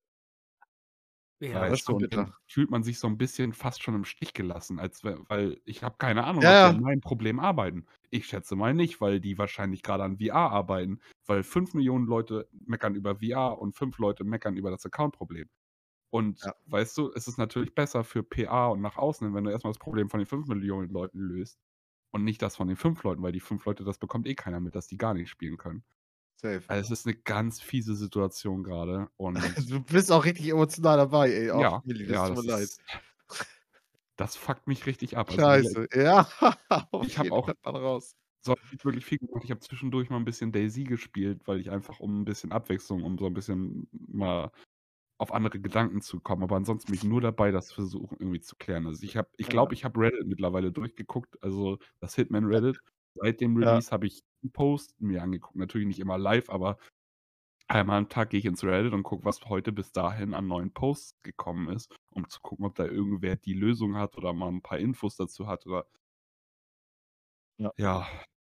[SPEAKER 1] Ja.
[SPEAKER 2] Das ist
[SPEAKER 3] Weißt du,
[SPEAKER 2] schon
[SPEAKER 3] und dann
[SPEAKER 2] bitter.
[SPEAKER 3] fühlt man sich so 'n bisschen fast schon im Stich gelassen, als wär weil ich habe keine Ahnung,
[SPEAKER 2] Ja,
[SPEAKER 3] ob die
[SPEAKER 2] ja.
[SPEAKER 3] an meinem Problem arbeiten. Ich schätze mal nicht, weil die wahrscheinlich grade an V R arbeiten, weil fünf Millionen Leute meckern über V R und fünf Leute meckern über das Account-Problem. Und
[SPEAKER 2] Ja.
[SPEAKER 3] weißt du, es ist natürlich besser für P R und nach außen hin, wenn du erst mal das Problem von den fünf Millionen Leuten löst und nicht das von den fünf Leuten, weil die fünf Leute, das bekommt eh keiner mit, dass die gar nicht spielen können.
[SPEAKER 2] Safe.
[SPEAKER 3] Also, es ist 'ne ganz fiese Situation grade und
[SPEAKER 2] Du bist auch richtig emotional dabei, ey. Ach,
[SPEAKER 3] Ja,
[SPEAKER 2] Willi, das
[SPEAKER 3] ja,
[SPEAKER 2] tut
[SPEAKER 3] das
[SPEAKER 2] mir leid.
[SPEAKER 3] ist das fuckt mich richtig ab. Also, die le
[SPEAKER 2] Scheiße. Ja, auf
[SPEAKER 3] Ich habe
[SPEAKER 2] jeden
[SPEAKER 3] auch
[SPEAKER 2] hört man raus.
[SPEAKER 3] sonst nicht wirklich viel gemacht. Ich habe zwischendurch mal 'n bisschen DayZ gespielt, weil ich einfach um 'n bisschen Abwechslung um so 'n bisschen mal auf andere Gedanken zu kommen. Aber ansonsten bin ich nur dabei, das versuchen irgendwie zu klären. Also, ich habe ich
[SPEAKER 2] Ja.
[SPEAKER 3] glaube, ich habe Reddit mittlerweile durchgeguckt, also, das Hitman
[SPEAKER 2] Ja.
[SPEAKER 3] Reddit. Seit dem
[SPEAKER 2] Ja.
[SPEAKER 3] Release habe ich 'n Post mir angeguckt. Natürlich nicht immer live, aber einmal am Tag gehe ich ins Reddit und gucke, was heute bis dahin an neuen Posts gekommen ist, um zu gucken, ob da irgendwer die Lösung hat oder mal 'n paar Infos dazu hat oder
[SPEAKER 2] Ja.
[SPEAKER 3] Ja.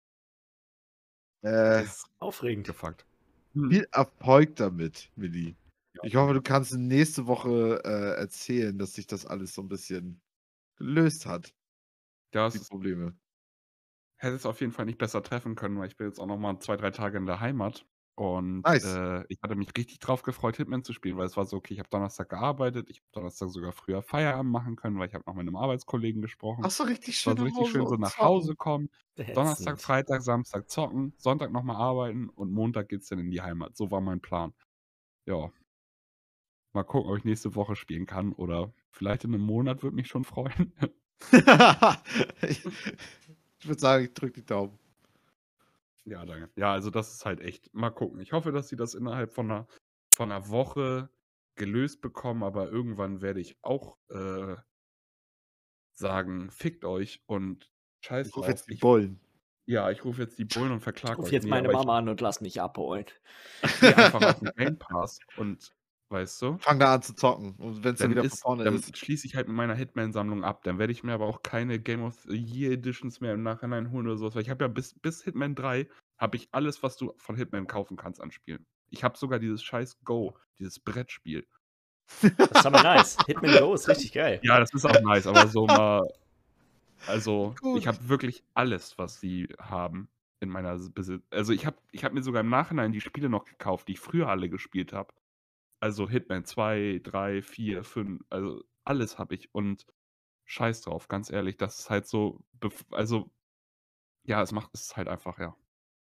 [SPEAKER 2] Äh
[SPEAKER 3] Ist
[SPEAKER 1] Aufregend.
[SPEAKER 3] gefuckt. Mhm.
[SPEAKER 2] Viel Erfolg damit, Willi.
[SPEAKER 3] Ja,
[SPEAKER 2] Ich hoffe,
[SPEAKER 3] danke.
[SPEAKER 2] du kannst nächste Woche, äh, erzählen, dass sich das alles so 'n bisschen gelöst hat die
[SPEAKER 3] Das
[SPEAKER 2] Probleme.
[SPEAKER 3] hätte es auf jeden Fall nicht besser treffen können, weil ich bin jetzt auch noch mal zwei, drei Tage in der Heimat und,
[SPEAKER 2] Nice.
[SPEAKER 3] äh, ich hatte mich richtig drauf gefreut, Hitman zu spielen, weil es war so: Okay, ich habe Donnerstag gearbeitet, ich habe Donnerstag sogar früher Feierabend machen können, weil ich habe noch mit 'nem Arbeitskollegen gesprochen.
[SPEAKER 2] Ach so, richtig
[SPEAKER 3] War
[SPEAKER 2] schön
[SPEAKER 3] so
[SPEAKER 2] nach
[SPEAKER 3] richtig
[SPEAKER 2] Hause
[SPEAKER 3] schön so
[SPEAKER 2] und
[SPEAKER 3] nach Hause
[SPEAKER 2] zocken.
[SPEAKER 3] kommen, Donnerstag,
[SPEAKER 1] Ätzend.
[SPEAKER 3] Freitag, Samstag zocken, Sonntag noch mal arbeiten und Montag geht's dann in die Heimat. So war mein Plan. Ja. Mal gucken, ob ich nächste Woche spielen kann oder vielleicht in 'nem Monat, würde mich schon freuen.
[SPEAKER 2] Ich ich würde sagen, ich drücke die Daumen.
[SPEAKER 3] Ja, danke. Ja, also, das ist halt echt mal gucken. Ich hoffe, dass sie das innerhalb von 'ner von 'ner Woche gelöst bekommen, aber irgendwann werde ich auch, äh sagen: „Fickt euch und scheiß
[SPEAKER 2] Ich rufe
[SPEAKER 3] drauf.“
[SPEAKER 2] jetzt die
[SPEAKER 3] Ich
[SPEAKER 2] Bullen.
[SPEAKER 3] ja, ich rufe jetzt die Bullen und
[SPEAKER 1] Ich
[SPEAKER 3] verklage
[SPEAKER 1] rufe
[SPEAKER 3] euch.
[SPEAKER 1] jetzt
[SPEAKER 3] Ne,
[SPEAKER 1] meine
[SPEAKER 3] aber ich
[SPEAKER 1] Mama an und lasse mich abholen.
[SPEAKER 3] ich gehe einfach auf 'n Game Pass und weißt du?
[SPEAKER 2] Fange da an zu zocken und wenn's dann
[SPEAKER 3] Dann
[SPEAKER 2] wieder von
[SPEAKER 3] ist
[SPEAKER 2] vorne
[SPEAKER 3] dann
[SPEAKER 2] ist
[SPEAKER 3] schließe ich halt mit meiner Hitman-Sammlung ab. Dann werde ich mir aber auch keine Game of the Year Editions mehr im Nachhinein holen oder so was, weil ich habe ja bis bis Hitman drei habe ich alles, was du von Hitman kaufen kannst an Spielen. Ich habe sogar dieses scheiß Go, dieses Brettspiel.
[SPEAKER 1] Das ist aber nice. Hitman Go ist richtig geil.
[SPEAKER 3] Ja, das ist auch nice, aber so mal also, ich
[SPEAKER 2] Gut.
[SPEAKER 3] habe wirklich alles, was sie haben in meiner s Besi also, ich habe ich habe mir sogar im Nachhinein die Spiele noch gekauft, die ich früher alle gespielt habe. Also, Hitman zwei, drei, vier, fünf, also, alles habe ich und scheiß drauf, ganz ehrlich, das ist halt so bef also ja, es macht es ist halt einfach, ja.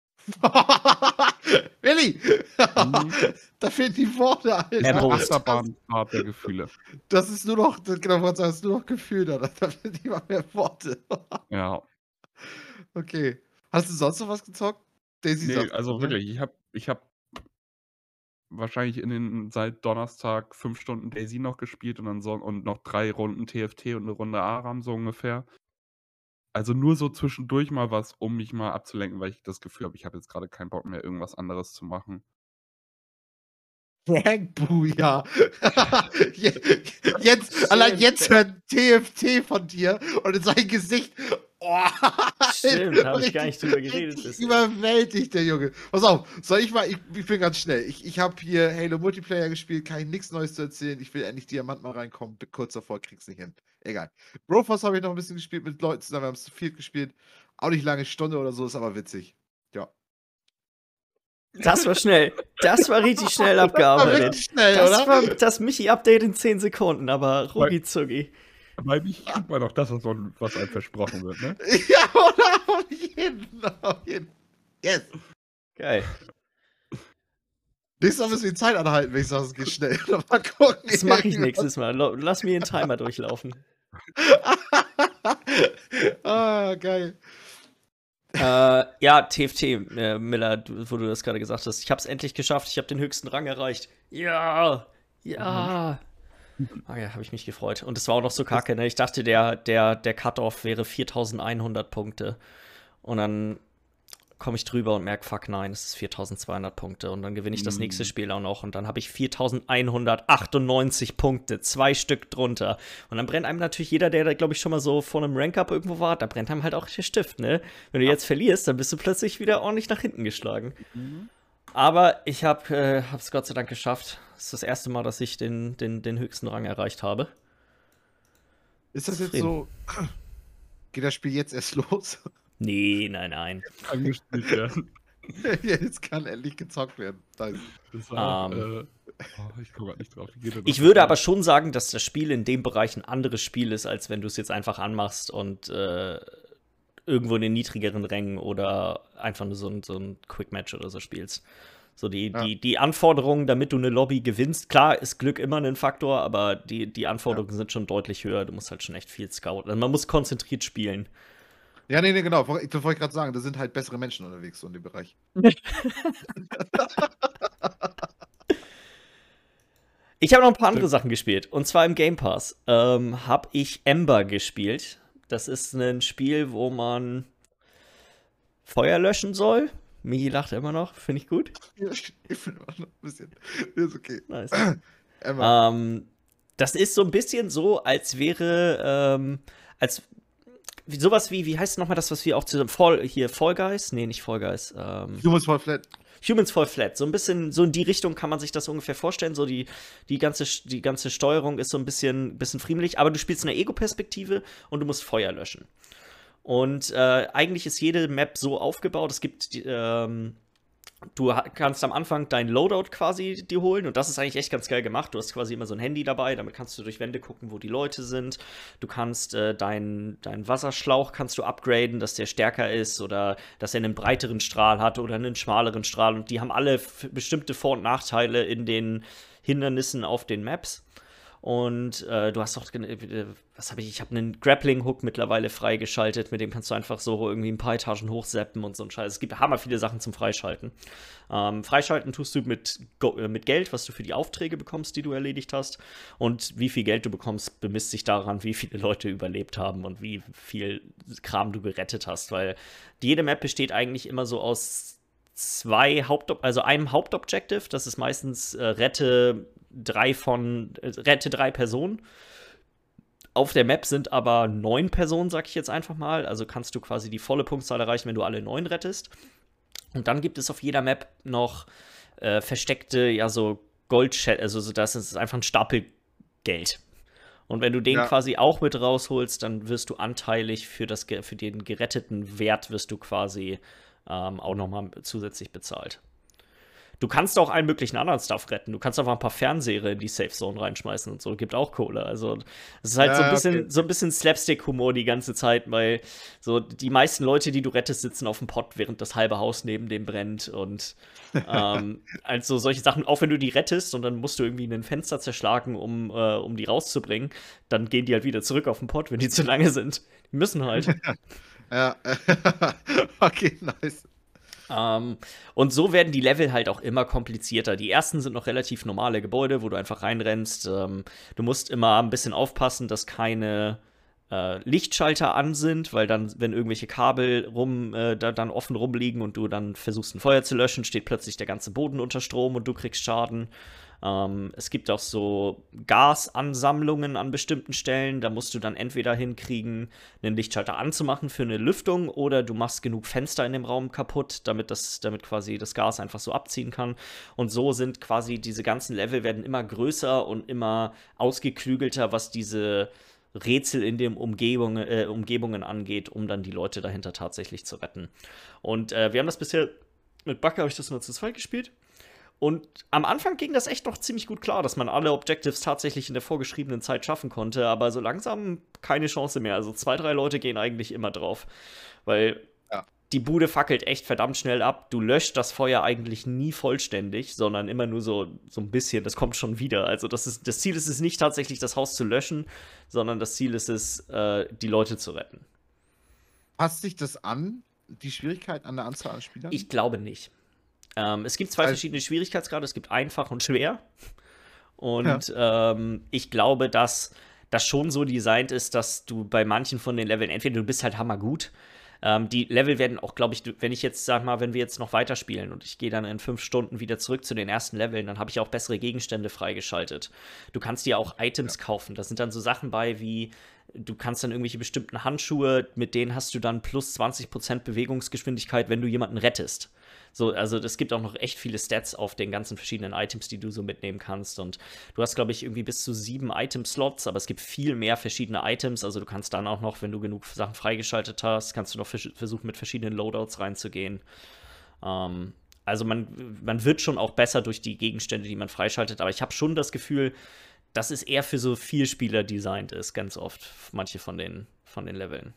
[SPEAKER 2] Willi!
[SPEAKER 3] Mhm.
[SPEAKER 2] Da fehlen die Worte,
[SPEAKER 1] Mehr
[SPEAKER 2] Alter.
[SPEAKER 1] Brust.
[SPEAKER 3] Achterbahnfahrt der Gefühle.
[SPEAKER 2] Das ist nur noch d genau, wollte sagen, das ist nur noch Gefühl da. Da fehlen nicht mal mehr Worte.
[SPEAKER 3] Ja.
[SPEAKER 2] Okay. Hast du sonst noch was gezockt? DayZ
[SPEAKER 3] Ne,
[SPEAKER 2] sagtest du,
[SPEAKER 3] also,
[SPEAKER 2] ne?
[SPEAKER 3] wirklich, ich habe ich habe wahrscheinlich in den seit Donnerstag fünf Stunden DayZ noch gespielt und dann Son und noch drei Runden TFT und 'ne Runde ARAM so ungefähr. Also, nur so zwischendurch mal was, um mich mal abzulenken, weil ich das Gefühl habe, ich habe jetzt grade keinen Bock mehr, irgendwas anderes zu machen.
[SPEAKER 2] Frank Booyah. Je jetzt allein
[SPEAKER 1] Schön.
[SPEAKER 2] jetzt hört TFT von dir und in sein Gesicht Oh,
[SPEAKER 1] Stimmt, da habe ich gar nicht drüber
[SPEAKER 2] richtig,
[SPEAKER 1] geredet
[SPEAKER 2] richtig
[SPEAKER 1] bisher.
[SPEAKER 2] überwältigt, der Junge. Pass auf, soll ich mal, ich, ich bin ganz schnell. Ich, ich habe hier Halo Multiplayer gespielt, kann ich nichts Neues zu erzählen. Ich will endlich Diamant mal reinkommen. Bin kurz davor, krieg's nicht hin. Egal. Broforce habe ich noch ein bisschen gespielt mit Leuten zusammen, wir haben es zu viert gespielt. Auch nicht lange, Stunde oder so, ist aber witzig. Ja.
[SPEAKER 1] Das war schnell. Das war richtig schnell
[SPEAKER 2] Das war
[SPEAKER 1] abgearbeitet.
[SPEAKER 2] richtig schnell,
[SPEAKER 1] Das
[SPEAKER 2] oder?
[SPEAKER 1] war das Michi-Update in zehn Sekunden, aber rucki zucki.
[SPEAKER 3] Bei mich kriegt man doch das, was, man, was einem versprochen wird, ne?
[SPEAKER 2] Ja, oder? Auf jeden, auf jeden. Yes.
[SPEAKER 1] Geil.
[SPEAKER 2] Nächstes Mal müssen wir die Zeit anhalten, wenn ich sage, es geht schnell. Mal gucken.
[SPEAKER 1] Das mache ich nächstes Mal. Lo- Lass mir den Timer durchlaufen.
[SPEAKER 2] Ah, geil.
[SPEAKER 1] äh, ja, T F T, äh, Miller, du, wo du das gerade gesagt hast. Ich habe es endlich geschafft. Ich habe den höchsten Rang erreicht. Ja, ja. Ah ja, habe ich mich gefreut. Und es war auch noch so kacke, ne? Ich dachte, der, der, der Cut-Off wäre viertausendeinhundert Punkte. Und dann komme ich drüber und merke, fuck, nein, es ist viertausendzweihundert Punkte. Und dann gewinne ich das
[SPEAKER 3] Mm.
[SPEAKER 1] nächste Spiel auch noch. Und dann habe ich viertausendeinhundertachtundneunzig Punkte, zwei Stück drunter. Und dann brennt einem natürlich jeder, der da, glaube ich, schon mal so vor einem Rank-Up irgendwo war, da brennt einem halt auch der Stift, ne? Wenn du jetzt verlierst, dann bist du plötzlich wieder ordentlich nach hinten geschlagen.
[SPEAKER 3] Mhm.
[SPEAKER 1] Aber ich habe äh, es Gott sei Dank geschafft. Das ist das erste Mal, dass ich den, den, den höchsten Rang erreicht habe.
[SPEAKER 2] Ist das jetzt
[SPEAKER 1] Zufrieden.
[SPEAKER 2] so? Geht das Spiel jetzt erst los?
[SPEAKER 1] Nee, nein, nein.
[SPEAKER 3] Angespielt werden.
[SPEAKER 2] Jetzt kann endlich gezockt werden. Nice.
[SPEAKER 3] Das war,
[SPEAKER 1] Ähm.
[SPEAKER 3] äh, oh, ich komme grad nicht drauf. Wie geht denn
[SPEAKER 1] Ich
[SPEAKER 3] das
[SPEAKER 1] würde
[SPEAKER 3] noch?
[SPEAKER 1] aber schon sagen, dass das Spiel in dem Bereich ein anderes Spiel ist, als wenn du es jetzt einfach anmachst und äh, irgendwo in den niedrigeren Rängen oder einfach nur so ein, so ein Quick-Match oder so spielst. So die,
[SPEAKER 2] Ja.
[SPEAKER 1] die, die Anforderungen, damit du eine Lobby gewinnst, klar ist Glück immer ein Faktor, aber die, die Anforderungen sind schon deutlich höher. Du musst halt schon echt viel scouten. Also man muss konzentriert spielen.
[SPEAKER 2] Ja, nee, nee, genau. Ich wollte gerade sagen, da sind halt bessere Menschen unterwegs so in dem Bereich.
[SPEAKER 1] Ich habe noch ein paar andere Sachen gespielt. Und zwar im Game Pass ähm, habe ich Ember gespielt. Das ist ein Spiel, wo man Feuer löschen soll. Michi lacht immer noch. Finde ich gut.
[SPEAKER 2] Ich finde immer noch ein bisschen. Ist okay.
[SPEAKER 1] Nice.
[SPEAKER 2] Emma.
[SPEAKER 1] ähm, das ist so ein bisschen so, als wäre, ähm, als wie- sowas wie, wie heißt nochmal das, was wir auch zu Fall, hier Fall Guys? Nee, nicht Fall Guys. Ähm,
[SPEAKER 2] Humans Fall Flat.
[SPEAKER 1] Humans Fall Flat. So ein bisschen, so in die Richtung kann man sich das ungefähr vorstellen. So die, die, ganze, die ganze Steuerung ist so ein bisschen, bisschen friemelig, aber du spielst in der Ego-Perspektive und du musst Feuer löschen. Und äh, eigentlich ist jede Map so aufgebaut, es gibt, die, ähm, du ha- kannst am Anfang dein Loadout quasi dir holen und das ist eigentlich echt ganz geil gemacht. Du hast quasi immer so ein Handy dabei, damit kannst du durch Wände gucken, wo die Leute sind. Du kannst äh, deinen dein Wasserschlauch kannst du upgraden, dass der stärker ist oder dass er einen breiteren Strahl hat oder einen schmaleren Strahl und die haben alle f- bestimmte Vor- und Nachteile in den Hindernissen auf den Maps. Und äh, du hast auch, äh, was habe ich, ich habe einen Grappling-Hook mittlerweile freigeschaltet, mit dem kannst du einfach so irgendwie ein paar Etagen hochseppen und so ein Scheiß. Es gibt hammer viele Sachen zum Freischalten. Ähm, freischalten tust du mit, Go äh, mit Geld, was du für die Aufträge bekommst, die du erledigt hast. Und wie viel Geld du bekommst, bemisst sich daran, wie viele Leute überlebt haben und wie viel Kram du gerettet hast. Weil jede Map besteht eigentlich immer so aus zwei Haupt, also einem Hauptobjective, das ist meistens äh, rette drei von äh, rette drei Personen. Auf der Map sind aber neun Personen, sag ich jetzt einfach mal. Also kannst du quasi die volle Punktzahl erreichen, wenn du alle neun rettest. Und dann gibt es auf jeder Map noch äh, versteckte, ja, so Gold, also so, das ist einfach ein Stapel Geld. Und wenn du den
[SPEAKER 2] Ja.
[SPEAKER 1] quasi auch mit rausholst, dann wirst du anteilig für, das, ge- für den geretteten Wert wirst du quasi ähm, auch nochmal zusätzlich bezahlt. Du kannst auch allen möglichen anderen Stuff retten. Du kannst einfach ein paar Fernseher in die Safe Zone reinschmeißen und so. Gibt auch Kohle. Also, es ist halt
[SPEAKER 2] Ja,
[SPEAKER 1] so ein bisschen,
[SPEAKER 2] okay.
[SPEAKER 1] so ein bisschen Slapstick-Humor die ganze Zeit, weil so die meisten Leute, die du rettest, sitzen auf dem Pott, während das halbe Haus neben dem brennt. Und ähm, also solche Sachen, auch wenn du die rettest und dann musst du irgendwie ein Fenster zerschlagen, um, äh, um die rauszubringen, dann gehen die halt wieder zurück auf den Pott, wenn die zu lange sind. Die müssen halt.
[SPEAKER 2] Ja. Okay, nice.
[SPEAKER 1] Ähm, und so werden die Level halt auch immer komplizierter. Die ersten sind noch relativ normale Gebäude, wo du einfach reinrennst. Ähm, du musst immer ein bisschen aufpassen, dass keine äh, Lichtschalter an sind, weil dann, wenn irgendwelche Kabel rum, äh, da dann offen rumliegen und du dann versuchst, ein Feuer zu löschen, steht plötzlich der ganze Boden unter Strom und du kriegst Schaden. Ähm, es gibt auch so Gasansammlungen an bestimmten Stellen. Da musst du dann entweder hinkriegen, einen Lichtschalter anzumachen für eine Lüftung oder du machst genug Fenster in dem Raum kaputt, damit das, damit quasi das Gas einfach so abziehen kann. Und so sind quasi diese ganzen Level werden immer größer und immer ausgeklügelter, was diese Rätsel in den Umgebung, äh, Umgebungen angeht, um dann die Leute dahinter tatsächlich zu retten. Und äh, wir haben das bisher, mit Backe habe ich das nur zu zweit gespielt. Und am Anfang ging das echt noch ziemlich gut klar, dass man alle Objectives tatsächlich in der vorgeschriebenen Zeit schaffen konnte, aber so langsam keine Chance mehr. Also zwei, drei Leute gehen eigentlich immer drauf, weil
[SPEAKER 2] Ja.
[SPEAKER 1] die Bude fackelt echt verdammt schnell ab. Du löscht das Feuer eigentlich nie vollständig, sondern immer nur so, so ein bisschen. Das kommt schon wieder. Also das, ist, das Ziel ist es nicht tatsächlich, das Haus zu löschen, sondern das Ziel ist es, äh, die Leute zu retten.
[SPEAKER 2] Passt sich das an, die Schwierigkeit an der Anzahl an Spielern?
[SPEAKER 1] Ich glaube nicht. Ähm, es gibt zwei
[SPEAKER 2] Also-
[SPEAKER 1] verschiedene Schwierigkeitsgrade. Es gibt einfach und schwer. Und ähm, ich glaube, dass das schon so designt ist, dass du bei manchen von den Leveln, entweder du bist halt hammergut. Ähm, die Level werden auch, glaube ich, du- wenn ich jetzt, sag mal, wenn wir jetzt noch weiterspielen und ich gehe dann in fünf Stunden wieder zurück zu den ersten Leveln, dann habe ich auch bessere Gegenstände freigeschaltet. Du kannst dir auch Items kaufen. Da sind dann so Sachen bei wie, du kannst dann irgendwelche bestimmten Handschuhe, mit denen hast du dann plus zwanzig Prozent Bewegungsgeschwindigkeit, wenn du jemanden rettest. So, also es gibt auch noch echt viele Stats auf den ganzen verschiedenen Items, die du so mitnehmen kannst. Und du hast, glaube ich, irgendwie bis zu sieben Item-Slots, aber es gibt viel mehr verschiedene Items. Also du kannst dann auch noch, wenn du genug Sachen freigeschaltet hast, kannst du noch vers- versuchen, mit verschiedenen Loadouts reinzugehen. Ähm, also man, man wird schon auch besser durch die Gegenstände, die man freischaltet. Aber ich habe schon das Gefühl, dass es eher für so Vielspieler designt ist, ganz oft, manche von den, von den Leveln.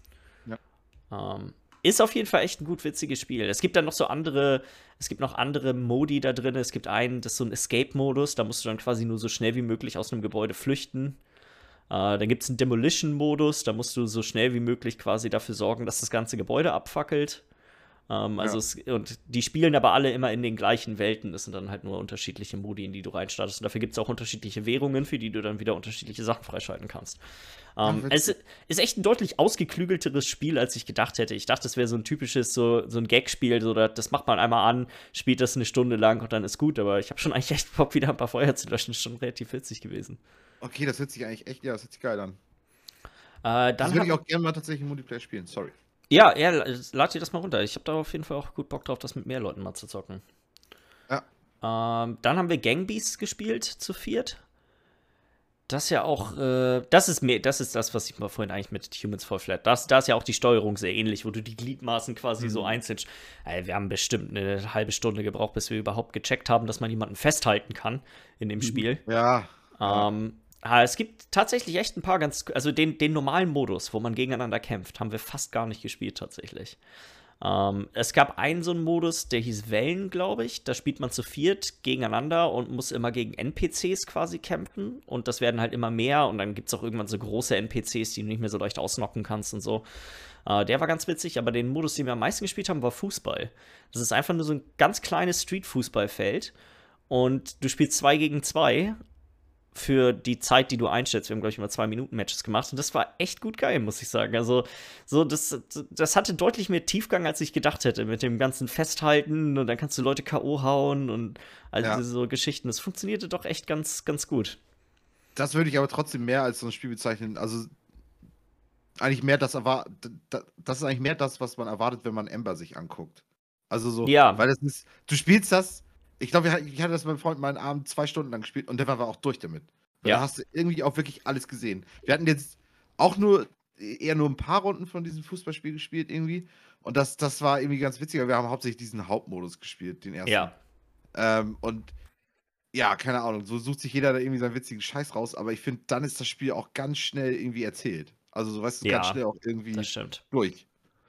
[SPEAKER 2] Ja.
[SPEAKER 1] Ähm, ist auf jeden Fall echt ein gut witziges Spiel. Es gibt dann noch so andere, es gibt noch andere Modi da drin. Es gibt einen, das ist so ein Escape-Modus, da musst du dann quasi nur so schnell wie möglich aus einem Gebäude flüchten. Äh, dann gibt es einen Demolition-Modus, da musst du so schnell wie möglich quasi dafür sorgen, dass das ganze Gebäude abfackelt. Ähm, also
[SPEAKER 2] Ja.
[SPEAKER 1] es, und die spielen aber alle immer in den gleichen Welten. Das sind dann halt nur unterschiedliche Modi, in die du reinstartest. Und dafür gibt es auch unterschiedliche Währungen, für die du dann wieder unterschiedliche Sachen freischalten kannst. Ähm,
[SPEAKER 2] Ah,
[SPEAKER 1] es ist echt ein deutlich ausgeklügelteres Spiel, als ich gedacht hätte. Ich dachte, es wäre so ein typisches, so, so ein Gag-Spiel, so, da- das macht man einmal an, spielt das eine Stunde lang und dann ist gut. Aber ich habe schon eigentlich echt Bock, wieder ein paar Feuer zu löschen. Ist schon relativ witzig gewesen.
[SPEAKER 2] Okay, das hört sich eigentlich echt, ja, das hört sich geil an.
[SPEAKER 1] Äh,
[SPEAKER 2] Das
[SPEAKER 1] dann
[SPEAKER 2] würde ich
[SPEAKER 1] hab,
[SPEAKER 2] auch gerne mal tatsächlich im Multiplayer spielen, sorry.
[SPEAKER 1] ja, ja, lad dir das mal runter. Ich habe da auf jeden Fall auch gut Bock drauf, das mit mehr Leuten mal zu zocken.
[SPEAKER 2] Ja.
[SPEAKER 1] Ähm, dann haben wir Gang Beasts gespielt zu viert. Das ist ja auch, äh, das ist mehr, das ist das, was ich mal vorhin eigentlich mit Humans Fall Flat. Das, da ist ja auch die Steuerung sehr ähnlich, wo du die Gliedmaßen quasi
[SPEAKER 2] Mhm.
[SPEAKER 1] so einzeln. Ey, wir haben bestimmt eine halbe Stunde gebraucht, bis wir überhaupt gecheckt haben, dass man jemanden festhalten kann in dem Spiel.
[SPEAKER 2] Ja. ja.
[SPEAKER 1] Ähm, ah, es gibt tatsächlich echt ein paar ganz, also den, den normalen Modus, wo man gegeneinander kämpft, haben wir fast gar nicht gespielt tatsächlich. Ähm, es gab einen so einen Modus, der hieß Wellen, glaube ich. Da spielt man zu viert gegeneinander und muss immer gegen N P Cs quasi kämpfen. Und das werden halt immer mehr. Und dann gibt es auch irgendwann so große N P Cs, die du nicht mehr so leicht ausnocken kannst und so. Äh, der war ganz witzig, aber den Modus, den wir am meisten gespielt haben, war Fußball. Das ist einfach nur so ein ganz kleines Street-Fußballfeld. Und du spielst zwei gegen zwei für die Zeit, die du einstellst. Wir haben, glaube ich, immer zwei Minuten Matches gemacht und das war echt gut geil, muss ich sagen. Also, so, das, das hatte deutlich mehr Tiefgang, als ich gedacht hätte, mit dem ganzen Festhalten und dann kannst du Leute K O hauen und all
[SPEAKER 2] Ja.
[SPEAKER 1] diese so Geschichten. Das funktionierte doch echt ganz, ganz gut.
[SPEAKER 2] Das würde ich aber trotzdem mehr als so ein Spiel bezeichnen. Also eigentlich mehr das erwar- da- das ist eigentlich mehr das, was man erwartet, wenn man Ember sich anguckt. Also so,
[SPEAKER 1] Ja.
[SPEAKER 2] weil das ist, du spielst das, ich glaube, ich hatte das mit meinem Freund mal einen Abend zwei Stunden lang gespielt und der war auch durch damit. Weil
[SPEAKER 1] Ja.
[SPEAKER 2] da hast du irgendwie auch wirklich alles gesehen. Wir hatten jetzt auch nur eher nur ein paar Runden von diesem Fußballspiel gespielt irgendwie und das, das war irgendwie ganz witzig, aber wir haben hauptsächlich diesen Hauptmodus gespielt, den ersten.
[SPEAKER 1] Ja.
[SPEAKER 2] Ähm, und ja, keine Ahnung, so sucht sich jeder da irgendwie seinen witzigen Scheiß raus, aber ich finde, dann ist das Spiel auch ganz schnell irgendwie erzählt. Also, so weißt du, ganz
[SPEAKER 1] Ja,
[SPEAKER 2] schnell auch irgendwie
[SPEAKER 1] Das stimmt.
[SPEAKER 2] durch.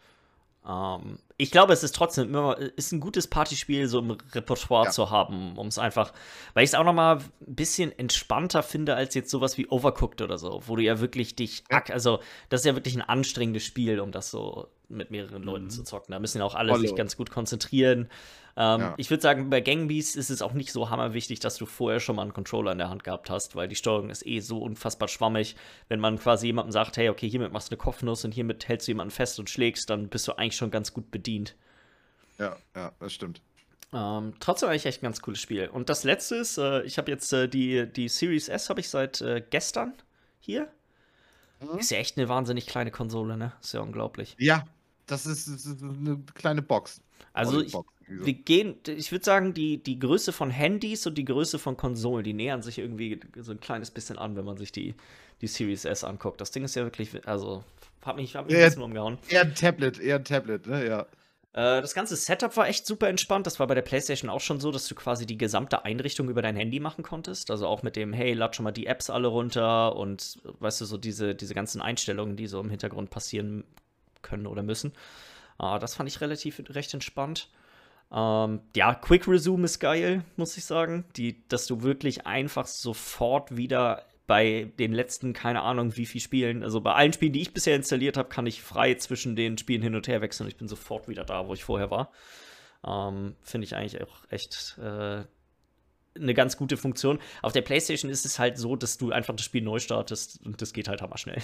[SPEAKER 1] Ähm, ich glaube, es ist trotzdem immer, ist ein gutes Partyspiel, so im Repertoire
[SPEAKER 2] Ja.
[SPEAKER 1] zu haben, um es einfach, weil ich es auch noch mal ein bisschen entspannter finde als jetzt sowas wie Overcooked oder so, wo du ja wirklich dich,
[SPEAKER 2] Ja.
[SPEAKER 1] ak- also das ist ja wirklich ein anstrengendes Spiel, um das so mit mehreren Leuten
[SPEAKER 2] Mhm.
[SPEAKER 1] zu zocken. Da müssen ja auch alle
[SPEAKER 2] Voll.
[SPEAKER 1] sich ganz gut konzentrieren. Ähm,
[SPEAKER 2] Ja.
[SPEAKER 1] Ich würde sagen, bei Gang Beasts ist es auch nicht so hammerwichtig, dass du vorher schon mal einen Controller in der Hand gehabt hast, weil die Steuerung ist eh so unfassbar schwammig. Wenn man quasi jemandem sagt, hey, okay, hiermit machst du eine Kopfnuss und hiermit hältst du jemanden fest und schlägst, dann bist du eigentlich schon ganz gut bedient.
[SPEAKER 2] Ja, ja, das stimmt.
[SPEAKER 1] Ähm, trotzdem eigentlich echt ein ganz cooles Spiel. Und das letzte ist, äh, ich habe jetzt äh, die, die Series S habe ich seit äh, gestern hier.
[SPEAKER 2] Mhm.
[SPEAKER 1] Ist ja echt eine wahnsinnig kleine Konsole, ne? Ist ja unglaublich.
[SPEAKER 2] Ja, das ist, das ist eine kleine Box.
[SPEAKER 1] Also ich,
[SPEAKER 2] Box, so.
[SPEAKER 1] wir gehen, ich würde sagen, die, die Größe von Handys und die Größe von Konsolen, die nähern sich irgendwie so ein kleines bisschen an, wenn man sich die, die Series S anguckt. Das Ding ist ja wirklich, also, hat mich, hat mich ein
[SPEAKER 2] Eher,
[SPEAKER 1] bisschen umgehauen.
[SPEAKER 2] eher ein Tablet, eher ein Tablet, ne, ja.
[SPEAKER 1] Äh, das ganze Setup war echt super entspannt. Das war bei der PlayStation auch schon so, dass du quasi die gesamte Einrichtung über dein Handy machen konntest. Also auch mit dem, hey, lad schon mal die Apps alle runter und weißt du, so diese, diese ganzen Einstellungen, die so im Hintergrund passieren können oder müssen. Äh, das fand ich relativ recht entspannt. Ähm, ja, Quick Resume ist geil, muss ich sagen. Die, dass du wirklich einfach sofort wieder bei den letzten, keine Ahnung, wie viel Spielen, also bei allen Spielen, die ich bisher installiert habe, kann ich frei zwischen den Spielen hin und her wechseln. Ich bin sofort wieder da, wo ich vorher war. Ähm, Finde ich eigentlich auch echt äh, eine ganz gute Funktion. Auf der PlayStation ist es halt so, dass du einfach das Spiel neu startest und das geht halt hammerschnell.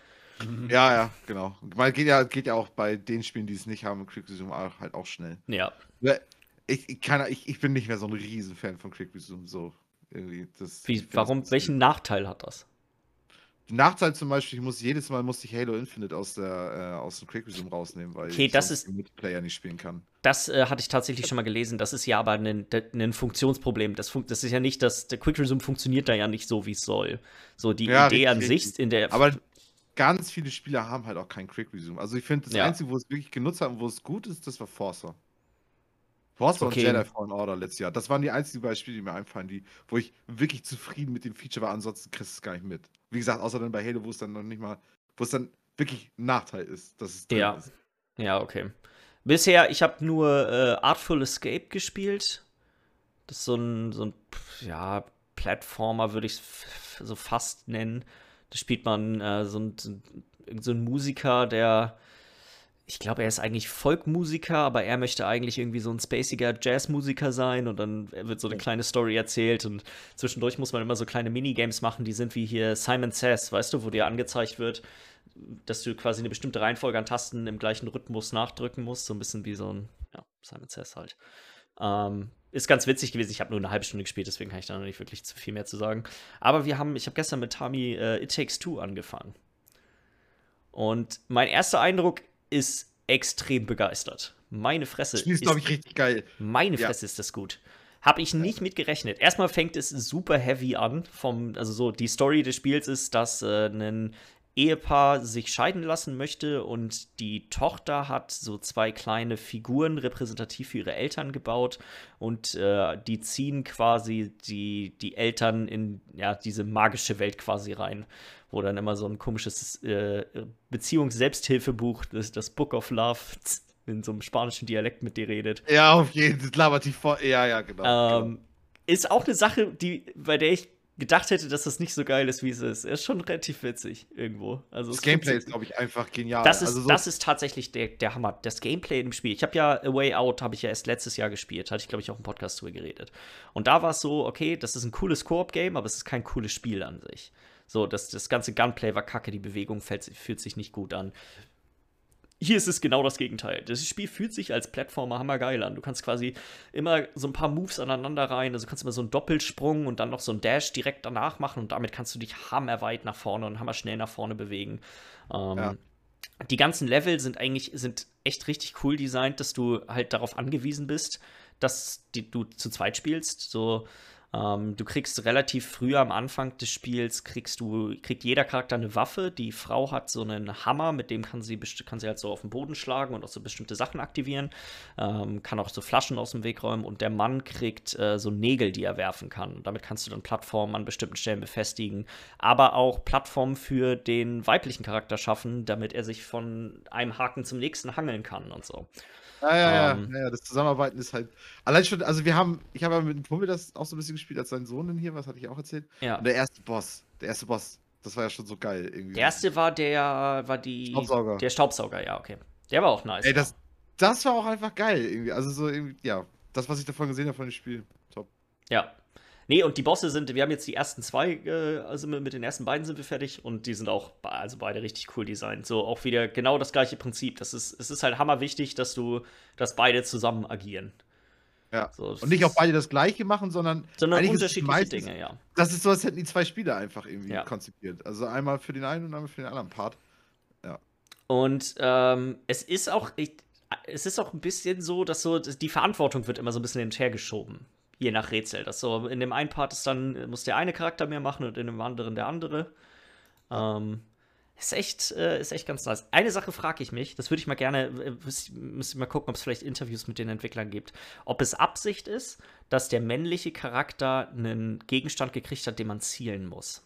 [SPEAKER 2] Ja, ja, genau. Weil geht ja, geht ja auch bei den Spielen, die es nicht haben, Quick Resume auch, halt auch schnell.
[SPEAKER 1] Ja.
[SPEAKER 2] Ich, ich, kann, ich, ich bin nicht mehr so ein Riesenfan von Quick Resume, so irgendwie. Das,
[SPEAKER 1] Wie, warum, das welchen Nachteil hat das?
[SPEAKER 2] Der Nachteil zum Beispiel, ich muss jedes Mal musste ich Halo Infinite aus, der, äh, aus dem Quick Resume rausnehmen, weil
[SPEAKER 1] okay,
[SPEAKER 2] ich
[SPEAKER 1] das
[SPEAKER 2] sonst
[SPEAKER 1] ist,
[SPEAKER 2] den Multiplayer nicht spielen kann.
[SPEAKER 1] Das äh, hatte ich tatsächlich schon mal gelesen. Das ist ja aber ein, ein Funktionsproblem. Das, fun das ist ja nicht, dass der Quick Resume funktioniert da ja nicht so, wie es soll. So die
[SPEAKER 2] Ja,
[SPEAKER 1] Idee
[SPEAKER 2] richtig,
[SPEAKER 1] an
[SPEAKER 2] richtig.
[SPEAKER 1] sich in der.
[SPEAKER 2] Aber ganz viele Spieler haben halt auch keinen Quick Resume. Also ich finde, das
[SPEAKER 1] Ja.
[SPEAKER 2] Einzige, wo es wirklich genutzt hat und wo es gut ist, das war Forza. Forza
[SPEAKER 1] Okay.
[SPEAKER 2] und Jedi Fallen Order letztes Jahr. Das waren die einzigen beiden Spiele, die mir einfallen, die, wo ich wirklich zufrieden mit dem Feature war. Ansonsten kriegst du es gar nicht mit. Wie gesagt, außer dann bei Halo, wo es dann noch nicht mal, wo es dann wirklich ein Nachteil ist, dass es drin
[SPEAKER 1] Ja.
[SPEAKER 2] ist.
[SPEAKER 1] Ja, okay. Bisher, ich habe nur äh, Artful Escape gespielt. Das ist so ein, so ein ja, Plattformer, würde ich es so fast nennen. Da spielt man äh, so, ein, so ein Musiker, der, ich glaube, er ist eigentlich Folkmusiker, aber er möchte eigentlich irgendwie so ein spaciger Jazzmusiker sein und dann wird so eine kleine Story erzählt und zwischendurch muss man immer so kleine Minigames machen, die sind wie hier Simon Says, weißt du, wo dir angezeigt wird, dass du quasi eine bestimmte Reihenfolge an Tasten im gleichen Rhythmus nachdrücken musst, so ein bisschen wie so ein, ja, Simon Says halt. Ähm, ist ganz witzig gewesen. Ich habe nur eine halbe Stunde gespielt, deswegen kann ich da noch nicht wirklich zu viel mehr zu sagen. Aber wir haben, ich habe gestern mit Tami äh, It Takes Two angefangen. Und mein erster Eindruck ist extrem begeistert. Meine Fresse.
[SPEAKER 2] Das Spiel ist, glaube ich, richtig geil.
[SPEAKER 1] Meine
[SPEAKER 2] Ja.
[SPEAKER 1] Fresse ist das gut. Habe ich nicht mit gerechnet. Erstmal fängt es super heavy an. Vom, also so, die Story des Spiels ist, dass äh, ein Ehepaar sich scheiden lassen möchte und die Tochter hat so zwei kleine Figuren repräsentativ für ihre Eltern gebaut und äh, die ziehen quasi die, die Eltern in ja, diese magische Welt quasi rein, wo dann immer so ein komisches äh, Beziehungs-Selbsthilfebuch, das, das Book of Love, in so einem spanischen Dialekt mit dir redet.
[SPEAKER 2] Ja, auf jeden Fall. Das labert die vor. Ja, ja, genau.
[SPEAKER 1] Ähm,
[SPEAKER 2] genau.
[SPEAKER 1] Ist auch eine Sache, die, bei der ich gedacht hätte, dass das nicht so geil ist, wie es ist. Er ist schon relativ witzig irgendwo. Also
[SPEAKER 2] Das
[SPEAKER 1] es
[SPEAKER 2] Gameplay
[SPEAKER 1] funktioniert-
[SPEAKER 2] ist, glaube ich, einfach genial.
[SPEAKER 1] das ist,
[SPEAKER 2] also so,
[SPEAKER 1] das ist tatsächlich der, der Hammer. Das Gameplay im Spiel. Ich habe ja A Way Out, habe ich ja erst letztes Jahr gespielt. Hatte ich, glaube ich, auch im Podcast drüber geredet. Und da war es so, okay, das ist ein cooles Koop-Game, aber es ist kein cooles Spiel an sich. So, das, das ganze Gunplay war kacke, die Bewegung fällt, fühlt sich nicht gut an. Hier ist es genau das Gegenteil. Das Spiel fühlt sich als Plattformer hammergeil an. Du kannst quasi immer so ein paar Moves aneinander rein. Also du kannst immer so einen Doppelsprung und dann noch so einen Dash direkt danach machen und damit kannst du dich hammerweit nach vorne und hammerschnell nach vorne bewegen. Ähm,
[SPEAKER 2] Ja.
[SPEAKER 1] Die ganzen Level sind eigentlich sind echt richtig cool designt, dass du halt darauf angewiesen bist, dass die, du zu zweit spielst. So, ähm, du kriegst relativ früh am Anfang des Spiels, kriegst du, kriegt jeder Charakter eine Waffe. Die Frau hat so einen Hammer, mit dem kann sie, best- kann sie halt so auf den Boden schlagen und auch so bestimmte Sachen aktivieren. Ähm, kann auch so Flaschen aus dem Weg räumen. Und der Mann kriegt äh, so Nägel, die er werfen kann. Und damit kannst du dann Plattformen an bestimmten Stellen befestigen. Aber auch Plattformen für den weiblichen Charakter schaffen, damit er sich von einem Haken zum nächsten hangeln kann und so.
[SPEAKER 2] Ja, ja,
[SPEAKER 1] Ähm.
[SPEAKER 2] ja, ja, das Zusammenarbeiten ist halt. Allein schon, also wir haben, ich habe ja mit einem Kumpel das auch so ein bisschen gespielt, als sein Sohn denn hier, was hatte ich auch erzählt.
[SPEAKER 1] Ja.
[SPEAKER 2] Und der erste Boss, der erste Boss, das war ja schon so geil irgendwie.
[SPEAKER 1] Der erste war der, war die.
[SPEAKER 2] Staubsauger.
[SPEAKER 1] Der Staubsauger, ja, okay. Der war auch nice.
[SPEAKER 2] Ey, das, das war auch einfach geil irgendwie. Also so irgendwie, ja, das, was ich davon gesehen habe von dem Spiel, top.
[SPEAKER 1] Ja. Nee, und die Bosse sind, wir haben jetzt die ersten zwei, äh, also mit mit den ersten beiden sind wir fertig und die sind auch, be- also beide richtig cool designt. So auch wieder genau das gleiche Prinzip. Das ist, es ist halt hammerwichtig, dass du, dass beide zusammen agieren.
[SPEAKER 2] Ja.
[SPEAKER 1] So,
[SPEAKER 2] Und nicht auch beide das Gleiche machen, sondern,
[SPEAKER 1] sondern
[SPEAKER 2] eigentlich ist es
[SPEAKER 1] unterschiedliche
[SPEAKER 2] meistens,
[SPEAKER 1] Dinge, ja.
[SPEAKER 2] das ist so, als hätten die zwei Spiele einfach irgendwie
[SPEAKER 1] Ja.
[SPEAKER 2] konzipiert. Also einmal für den einen und einmal für den anderen Part. Ja.
[SPEAKER 1] Und ähm, es ist auch, ich, es ist auch ein bisschen so, dass so die Verantwortung wird immer so ein bisschen hin und her geschoben, je nach Rätsel. Das so in dem einen Part ist dann muss der eine Charakter mehr machen und in dem anderen der andere.
[SPEAKER 2] Ja.
[SPEAKER 1] Ähm, ist echt, äh, ist echt ganz nice. Eine Sache frage ich mich, das würde ich mal gerne, äh, müsste müsst ich mal gucken, ob es vielleicht Interviews mit den Entwicklern gibt, ob es Absicht ist, dass der männliche Charakter einen Gegenstand gekriegt hat, den man zielen muss.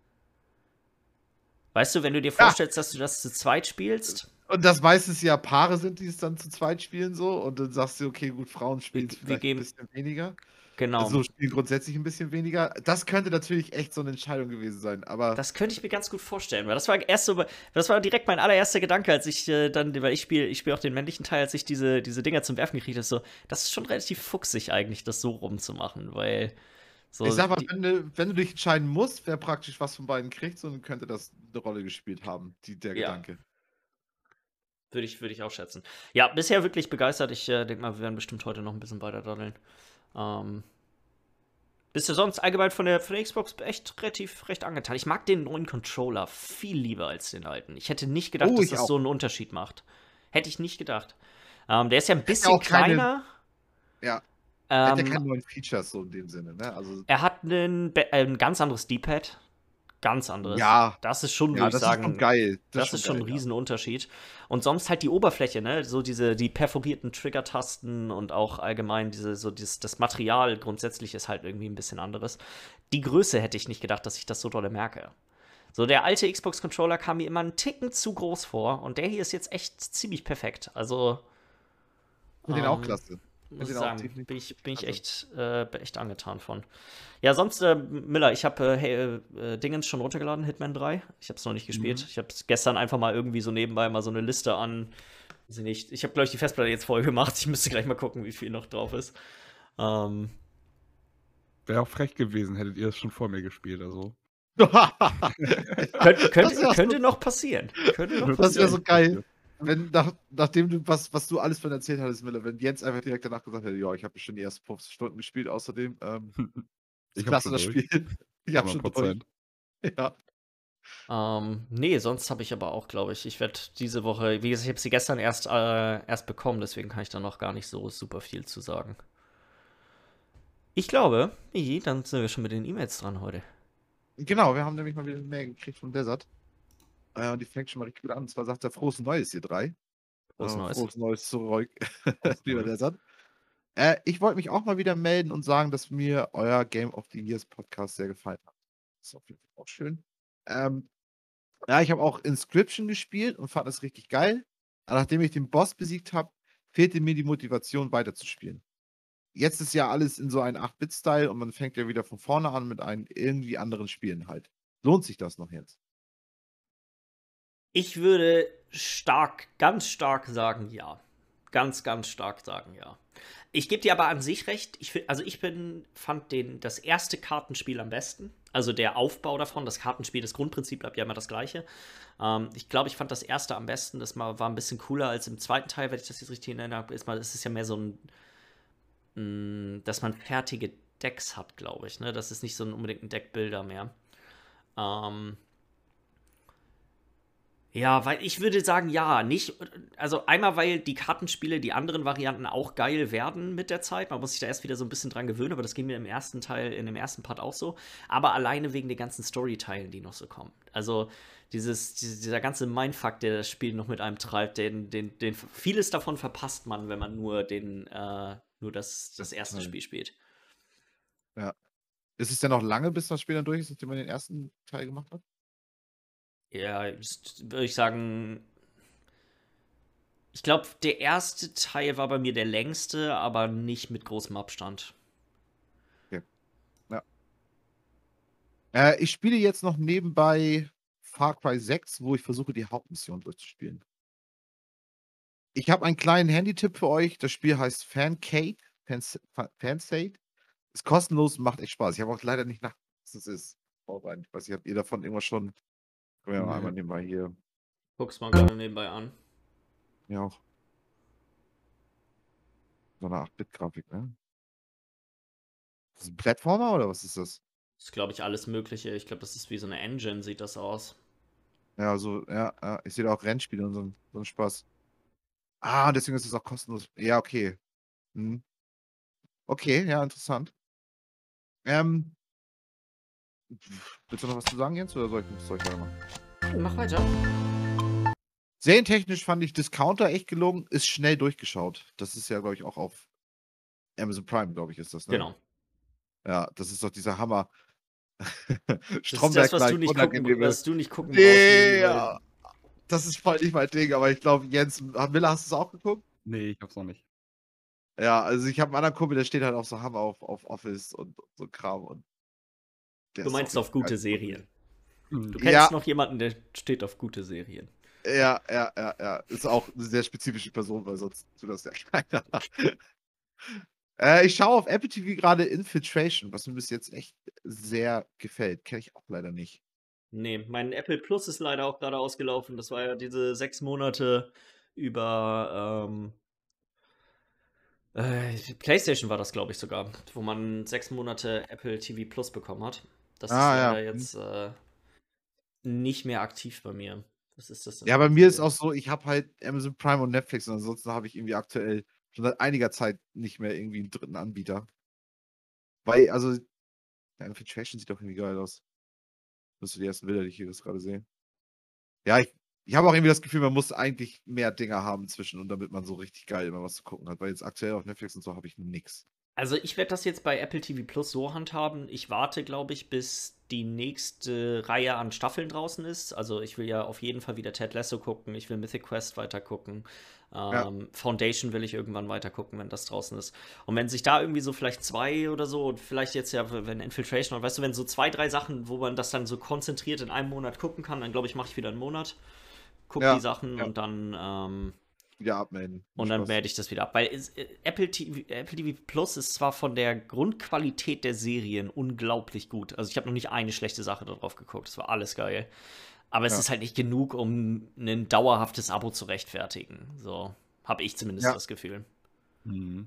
[SPEAKER 1] Weißt du, wenn du dir vorstellst, dass du das zu zweit spielst,
[SPEAKER 2] Und das meistens ja Paare sind, die es dann zu zweit spielen so. Und dann sagst du, okay, gut, Frauen spielen es
[SPEAKER 1] wir, wir
[SPEAKER 2] vielleicht ein
[SPEAKER 1] geben,
[SPEAKER 2] bisschen weniger.
[SPEAKER 1] genau.
[SPEAKER 2] Also spielen grundsätzlich ein bisschen weniger. Das könnte natürlich echt so eine Entscheidung gewesen sein. Aber
[SPEAKER 1] Das könnte ich mir ganz gut vorstellen, weil das war erst so, das war direkt mein allererster Gedanke, als ich äh, dann, weil ich spiele, ich spiele auch den männlichen Teil, als ich diese, diese Dinger zum Werfen gekriegt habe, so, das ist schon relativ fuchsig eigentlich, das so rumzumachen, weil so.
[SPEAKER 2] ich sag mal,
[SPEAKER 1] die,
[SPEAKER 2] wenn du, wenn du dich entscheiden musst, wer praktisch was von beiden kriegt, so, dann könnte das eine Rolle gespielt haben, die, der
[SPEAKER 1] Ja.
[SPEAKER 2] Gedanke.
[SPEAKER 1] Würde ich, würde ich auch schätzen. Ja, bisher wirklich begeistert. Ich äh, denke mal, wir werden bestimmt heute noch ein bisschen weiter daddeln. Ähm, bist du sonst allgemein von der, von der Xbox echt relativ recht angetan? Ich mag den neuen Controller viel lieber als den alten. Ich hätte nicht gedacht,
[SPEAKER 2] Oh,
[SPEAKER 1] dass
[SPEAKER 2] ich
[SPEAKER 1] das
[SPEAKER 2] auch.
[SPEAKER 1] so einen Unterschied macht. Hätte ich nicht gedacht. Ähm, der ist ja ein
[SPEAKER 2] Hat ja
[SPEAKER 1] bisschen
[SPEAKER 2] auch keine-
[SPEAKER 1] kleiner.
[SPEAKER 2] Ja. Er hat ja
[SPEAKER 1] Ähm,
[SPEAKER 2] keine neuen Features so in dem Sinne, ne? Also,
[SPEAKER 1] er hat einen, be- äh, ein ganz anderes D-Pad. Ganz anderes.
[SPEAKER 2] ja.
[SPEAKER 1] Das ist schon,
[SPEAKER 2] Ja,
[SPEAKER 1] würde ich
[SPEAKER 2] das ist
[SPEAKER 1] sagen,
[SPEAKER 2] schon geil.
[SPEAKER 1] Das, ist schon ein
[SPEAKER 2] geil, ja.
[SPEAKER 1] Riesenunterschied. Und sonst halt die Oberfläche, ne? So diese, die perforierten Trigger-Tasten und auch allgemein diese, so dieses, das Material grundsätzlich ist halt irgendwie ein bisschen anderes. Die Größe hätte ich nicht gedacht, dass ich das so dolle merke. So, der alte Xbox-Controller kam mir immer einen Ticken zu groß vor und der hier ist jetzt echt ziemlich perfekt. Also,
[SPEAKER 2] Ich finde den auch
[SPEAKER 1] ähm,
[SPEAKER 2] klasse.
[SPEAKER 1] muss
[SPEAKER 2] den
[SPEAKER 1] ich
[SPEAKER 2] auch
[SPEAKER 1] sagen,
[SPEAKER 2] definitiv
[SPEAKER 1] bin ich, bin ich
[SPEAKER 2] klasse.
[SPEAKER 1] echt, äh, echt angetan von. Ja, sonst, äh, Miller, ich habe äh, hey, äh, Dingens schon runtergeladen, Hitman drei. Ich habe es noch nicht gespielt.
[SPEAKER 2] Mhm.
[SPEAKER 1] Ich habe gestern einfach mal irgendwie so nebenbei mal so eine Liste an. Weiß ich nicht. Ich habe, glaube ich, die Festplatte jetzt voll gemacht. Ich müsste gleich mal gucken, wie viel noch drauf ist. Ähm,
[SPEAKER 3] Wäre auch frech gewesen, hättet ihr es schon vor mir gespielt, also.
[SPEAKER 1] könnt, könnt,
[SPEAKER 2] Das wär
[SPEAKER 1] könnte
[SPEAKER 2] so-
[SPEAKER 1] noch passieren. Könnte noch
[SPEAKER 2] Das wäre
[SPEAKER 1] passieren.
[SPEAKER 2] so geil. Wenn, nach, nachdem du, was, was du alles von erzählt hattest, Miller, wenn Jens einfach direkt danach gesagt hätte, ja, ich habe schon die ersten fünfzehn Stunden gespielt, außerdem, ähm, ist
[SPEAKER 3] Ich hab
[SPEAKER 2] klasse
[SPEAKER 3] schon
[SPEAKER 2] das
[SPEAKER 3] durch.
[SPEAKER 2] Spiel. Ich habe schon durch.
[SPEAKER 3] hundert Prozent.
[SPEAKER 2] Ja.
[SPEAKER 1] Ähm, nee, sonst habe ich aber auch, glaube ich, ich werde diese Woche, wie gesagt, ich habe sie gestern erst, äh, erst bekommen, deswegen kann ich da noch gar nicht so super viel zu sagen. Ich glaube, Migi, dann sind wir schon mit den E-Mails dran heute.
[SPEAKER 2] Genau, wir haben nämlich mal wieder eine Mail gekriegt von Desert. Äh, und die fängt schon mal richtig gut an. Und zwar sagt er frohes Neues, ihr drei.
[SPEAKER 1] Frohes
[SPEAKER 2] Äh,
[SPEAKER 1] Neues.
[SPEAKER 2] Frohes Neues zurück,
[SPEAKER 3] Frohes
[SPEAKER 2] lieber
[SPEAKER 3] Neues.
[SPEAKER 2] Desert. Äh, ich wollte mich auch mal wieder melden und sagen, dass mir euer Game of the Years Podcast sehr gefallen hat. Das ist auf jeden Fall auch schön. Ähm, ja, ich habe auch Inscription gespielt und fand das richtig geil. Aber nachdem ich den Boss besiegt habe, fehlte mir die Motivation weiterzuspielen. Jetzt ist ja alles in so einem acht Bit Style und man fängt ja wieder von vorne an mit einem irgendwie anderen Spielen halt. Lohnt sich das noch jetzt?
[SPEAKER 1] Ich würde stark, ganz stark sagen, ja. Ganz, ganz stark sagen, ja. Ich gebe dir aber an sich recht. Ich, fi- also ich bin, fand den, das erste Kartenspiel am besten. Also der Aufbau davon, das Kartenspiel, das Grundprinzip bleibt ja immer das gleiche. Ähm, ich glaube, ich fand das erste am besten. Das mal, war ein bisschen cooler als im zweiten Teil, wenn ich das jetzt richtig erinnere. Ist mal, es ist ja mehr so ein, mh, dass man fertige Decks hat, glaube ich. Ne? Das ist nicht so ein, unbedingt ein Deckbuilder mehr. Ähm, Ja, weil ich würde sagen, ja, nicht. Also einmal, weil die Kartenspiele, die anderen Varianten auch geil werden mit der Zeit. Man muss sich da erst wieder so ein bisschen dran gewöhnen, aber das ging mir im ersten Teil, in dem ersten Part auch so. Aber alleine wegen den ganzen Storyteilen, die noch so kommen. Also dieses, diese- dieser ganze Mindfuck, der das Spiel noch mit einem treibt, den, den, den vieles davon verpasst man, wenn man nur den, äh, nur das, das erste
[SPEAKER 2] Teil.
[SPEAKER 1] Spiel spielt.
[SPEAKER 2] Ja. Ist es denn noch lange, bis das Spiel dann durch ist, nachdem man den ersten Teil gemacht hat?
[SPEAKER 1] Ja, ist- würde ich sagen, ich glaube, der erste Teil war bei mir der längste, aber nicht mit großem Abstand.
[SPEAKER 2] Ja. Äh, ich spiele jetzt noch nebenbei Far Cry sechs, wo ich versuche, die Hauptmission durchzuspielen. Ich habe einen kleinen Handy-Tipp für euch. Das Spiel heißt Fancade. Fans- Fa- Fansade. Ist kostenlos und macht echt Spaß. Ich habe auch leider nicht nach, was das ist. Vorbereitet. Ich weiß nicht, habt ihr davon irgendwas schon? Können wir ja mal
[SPEAKER 1] Nee.
[SPEAKER 2] einmal nebenbei hier.
[SPEAKER 1] Guck's mal gerade nebenbei an.
[SPEAKER 2] Ja, auch. So eine acht Bit Grafik, ne? Das ist ein Plattformer oder was ist das?
[SPEAKER 1] Das ist, glaube ich, alles Mögliche. Ich glaube, das ist wie so eine Engine, sieht das aus.
[SPEAKER 2] Ja, so, ja, ja. Ich sehe da auch Rennspiele und so, ein- so einen Spaß. Ah, deswegen ist es auch kostenlos. Ja, okay. Hm. Okay, ja, interessant. Ähm, willst du noch was zu sagen, Jens, oder soll ich, soll ich weitermachen?
[SPEAKER 1] Mach weiter.
[SPEAKER 2] Serientechnisch fand ich Discounter echt gelungen, ist schnell durchgeschaut. Das ist ja, glaube ich, auch auf Amazon Prime, glaube ich, ist das, ne?
[SPEAKER 1] Genau.
[SPEAKER 2] Ja, das ist doch dieser Hammer.
[SPEAKER 1] Das ist das, was du nicht gucken,
[SPEAKER 2] unangenehme.
[SPEAKER 1] was du nicht gucken brauchst.
[SPEAKER 2] Nee,
[SPEAKER 1] Mimi, weil-
[SPEAKER 2] ja. Das ist voll nicht mein Ding, aber ich glaube, Jens, Miller, hast du es auch geguckt?
[SPEAKER 3] Nee, ich hab's noch nicht.
[SPEAKER 2] Ja, also ich habe einen anderen Kumpel, der steht halt auch so Hammer auf, auf Office und so Kram. Und der
[SPEAKER 1] Du
[SPEAKER 2] ist
[SPEAKER 1] meinst
[SPEAKER 2] auch
[SPEAKER 1] auf gute
[SPEAKER 2] geil.
[SPEAKER 1] Serien.
[SPEAKER 3] Hm.
[SPEAKER 1] Du kennst
[SPEAKER 2] Ja.
[SPEAKER 1] noch jemanden, der steht auf gute Serien.
[SPEAKER 2] Ja, ja, ja, ja. Ist auch eine sehr spezifische Person, weil sonst tut das ja keiner. äh, ich schaue auf Apple T V gerade Infiltration, was mir bis jetzt echt sehr gefällt. Kenne ich auch leider nicht.
[SPEAKER 1] Nee, mein Apple Plus ist leider auch gerade ausgelaufen. Das war ja diese sechs Monate über ähm, äh, PlayStation war das, glaube ich, sogar, wo man sechs Monate Apple T V Plus bekommen hat. Das
[SPEAKER 2] Ah,
[SPEAKER 1] ist leider
[SPEAKER 2] ja.
[SPEAKER 1] jetzt äh, nicht mehr aktiv bei mir. Was ist das denn?
[SPEAKER 2] Ja,
[SPEAKER 1] für
[SPEAKER 2] bei
[SPEAKER 1] eine
[SPEAKER 2] mir ist
[SPEAKER 1] Serie?
[SPEAKER 2] auch so, ich habe halt Amazon Prime und Netflix und ansonsten habe ich irgendwie aktuell schon seit einiger Zeit nicht mehr irgendwie einen dritten Anbieter. Weil, also, ja, Infiltration sieht doch irgendwie geil aus. Das sind die ersten Bilder, die ich hier jetzt gerade sehe. Ja, ich, ich habe auch irgendwie das Gefühl, man muss eigentlich mehr Dinger haben zwischen und damit man so richtig geil immer was zu gucken hat. Weil jetzt aktuell auf Netflix und so habe ich nix.
[SPEAKER 1] Also ich werde das jetzt bei Apple T V Plus so handhaben. Ich warte, glaube ich, bis die nächste Reihe an Staffeln draußen ist. Also ich will ja auf jeden Fall wieder Ted Lasso gucken. Ich will Mythic Quest weiter gucken.
[SPEAKER 2] Ja.
[SPEAKER 1] Ähm, Foundation will ich irgendwann weiter gucken, wenn das draußen ist. Und wenn sich da irgendwie so vielleicht zwei oder so und vielleicht jetzt ja, wenn Infiltration, weißt du, wenn so zwei, drei Sachen, wo man das dann so konzentriert in einem Monat gucken kann, dann glaube ich, mache ich wieder einen Monat, gucke
[SPEAKER 2] Ja,
[SPEAKER 1] die Sachen
[SPEAKER 2] ja.
[SPEAKER 1] und dann ähm,
[SPEAKER 2] Wieder abmelden.
[SPEAKER 1] und dann
[SPEAKER 2] Spaß.
[SPEAKER 1] melde ich das wieder ab. Weil es, äh, Apple T V, Apple T V Plus ist zwar von der Grundqualität der Serien unglaublich gut. Also ich habe noch nicht eine schlechte Sache darauf geguckt. Das war alles geil. Aber es
[SPEAKER 2] Ja.
[SPEAKER 1] ist halt nicht genug, um ein dauerhaftes Abo zu rechtfertigen. So habe ich zumindest
[SPEAKER 2] Ja.
[SPEAKER 1] das Gefühl.
[SPEAKER 3] Mhm.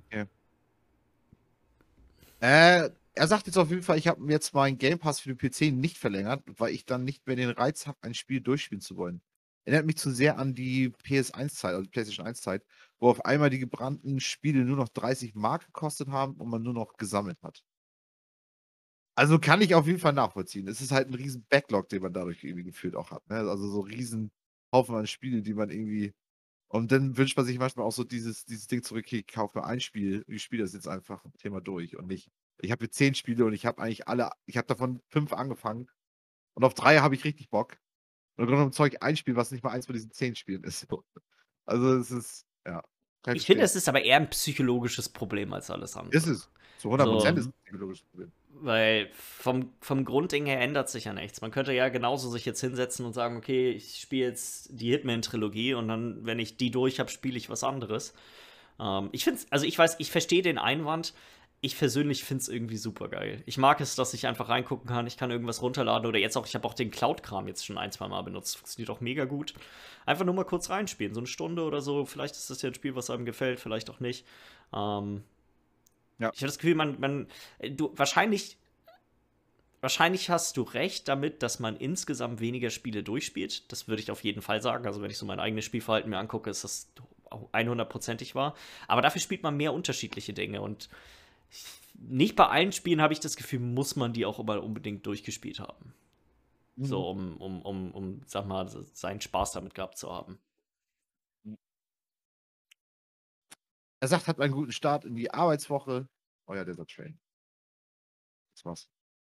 [SPEAKER 2] Äh, er sagt jetzt auf jeden Fall, ich habe jetzt meinen Game Pass für den P C nicht verlängert, weil ich dann nicht mehr den Reiz habe, ein Spiel durchspielen zu wollen. Erinnert mich zu sehr an die P S eins Zeit, also die PlayStation eins Zeit, wo auf einmal die gebrannten Spiele nur noch dreißig Mark gekostet haben und man nur noch gesammelt hat. Also kann ich auf jeden Fall nachvollziehen. Es ist halt ein riesen Backlog, den man dadurch irgendwie gefühlt auch hat. Ne? Also so riesen Haufen an Spiele, die man irgendwie. Und dann wünscht man sich manchmal auch so dieses, dieses Ding zurück, okay, ich kaufe mir ein Spiel, ich spiele das jetzt einfach ein Thema durch und nicht. Ich habe jetzt zehn Spiele und ich habe eigentlich alle, ich habe davon fünf angefangen und auf drei habe ich richtig Bock. Und im Grunde genommen zeige ich ein Spiel, was nicht mal eins von diesen zehn Spielen ist. Also es ist, ja. kann
[SPEAKER 1] Ich finde,
[SPEAKER 2] verstehen.
[SPEAKER 1] es ist aber eher ein psychologisches Problem als alles andere.
[SPEAKER 2] Ist es. Zu hundert Prozent
[SPEAKER 1] So.
[SPEAKER 2] ist es ein psychologisches Problem.
[SPEAKER 1] Weil vom, vom Grundding her ändert sich ja nichts. Man könnte ja genauso sich jetzt hinsetzen und sagen, okay, ich spiele jetzt die Hitman-Trilogie und dann, wenn ich die durch habe, spiele ich was anderes. Ähm, ich finde also ich weiß, ich verstehe den Einwand. Ich persönlich finde es irgendwie super geil. Ich mag es, dass ich einfach reingucken kann, ich kann irgendwas runterladen oder jetzt auch, ich habe auch den Cloud-Kram jetzt schon ein, zwei Mal benutzt. Funktioniert auch mega gut. Einfach nur mal kurz reinspielen, so eine Stunde oder so. Vielleicht ist das ja ein Spiel, was einem gefällt, vielleicht auch nicht. Ähm,
[SPEAKER 2] Ja.
[SPEAKER 1] Ich habe das Gefühl, man, man, du, wahrscheinlich, wahrscheinlich hast du recht damit, dass man insgesamt weniger Spiele durchspielt. Das würde ich auf jeden Fall sagen. Also wenn ich so mein eigenes Spielverhalten mir angucke, ist das hundertprozentig wahr. Aber dafür spielt man mehr unterschiedliche Dinge und nicht bei allen Spielen habe ich das Gefühl, muss man die auch immer unbedingt durchgespielt haben.
[SPEAKER 2] Mhm.
[SPEAKER 1] So, um, um, um, um, sag mal, seinen Spaß damit gehabt zu haben.
[SPEAKER 2] Er sagt, hat einen guten Start in die Arbeitswoche. Oh ja, dieser Train. Das war's.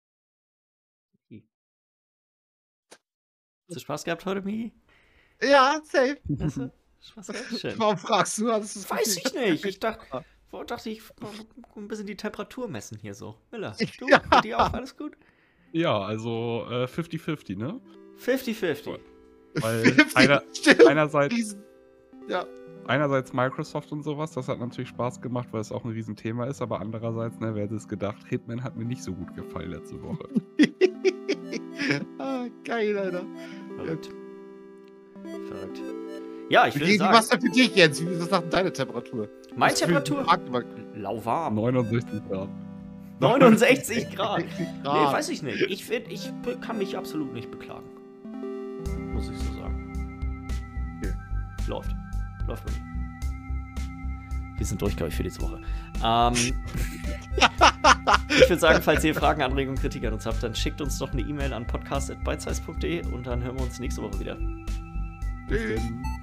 [SPEAKER 1] Hast du Spaß gehabt heute, Migi?
[SPEAKER 2] Ja, safe.
[SPEAKER 1] Hast du Spaß gehabt? Schön.
[SPEAKER 2] Warum fragst du? Hattest du das
[SPEAKER 1] Weiß
[SPEAKER 2] Gefühl?
[SPEAKER 1] ich nicht. Ich dachte, dachte ich ein bisschen die Temperatur messen hier so. Miller, du,
[SPEAKER 2] Ja.
[SPEAKER 1] bei dir auch alles gut?
[SPEAKER 3] Ja, also äh, fünfzig fünfzig, ne?
[SPEAKER 1] fünfzig fünfzig.
[SPEAKER 3] Weil
[SPEAKER 2] fünfzig,
[SPEAKER 3] einer,
[SPEAKER 2] stimmt.
[SPEAKER 3] einerseits,
[SPEAKER 2] Riesen. Ja.
[SPEAKER 3] einerseits Microsoft und sowas, das hat natürlich Spaß gemacht, weil es auch ein Riesenthema ist, aber andererseits, ne, wer hätte es gedacht, Hitman hat mir nicht so gut gefallen letzte Woche.
[SPEAKER 2] ah, geil, Alter.
[SPEAKER 1] Verrückt. Verrückt. Ja, ich
[SPEAKER 2] Wie,
[SPEAKER 1] würde
[SPEAKER 2] wie
[SPEAKER 1] sagen,
[SPEAKER 2] war's denn für dich jetzt? Wie ist das nach deiner Temperatur?
[SPEAKER 1] meine
[SPEAKER 2] Was für ein
[SPEAKER 1] Temperatur
[SPEAKER 2] Markt-
[SPEAKER 1] lauwarm.
[SPEAKER 3] neunundsechzig Grad.
[SPEAKER 1] neunundsechzig Grad.
[SPEAKER 2] neunundsechzig
[SPEAKER 1] Nee, weiß ich nicht. Ich, find, ich kann mich absolut nicht beklagen. Muss ich so sagen.
[SPEAKER 2] Okay.
[SPEAKER 1] Läuft. Läuft bei mir. Wir sind durch, glaube ich, für diese Woche. Ähm, ich würde sagen, falls ihr Fragen, Anregungen, Kritik an uns habt, dann schickt uns doch eine E-Mail an podcast at bitesize punkt de und dann hören wir uns nächste Woche wieder.
[SPEAKER 2] Tschüss.
[SPEAKER 3] Bis dann.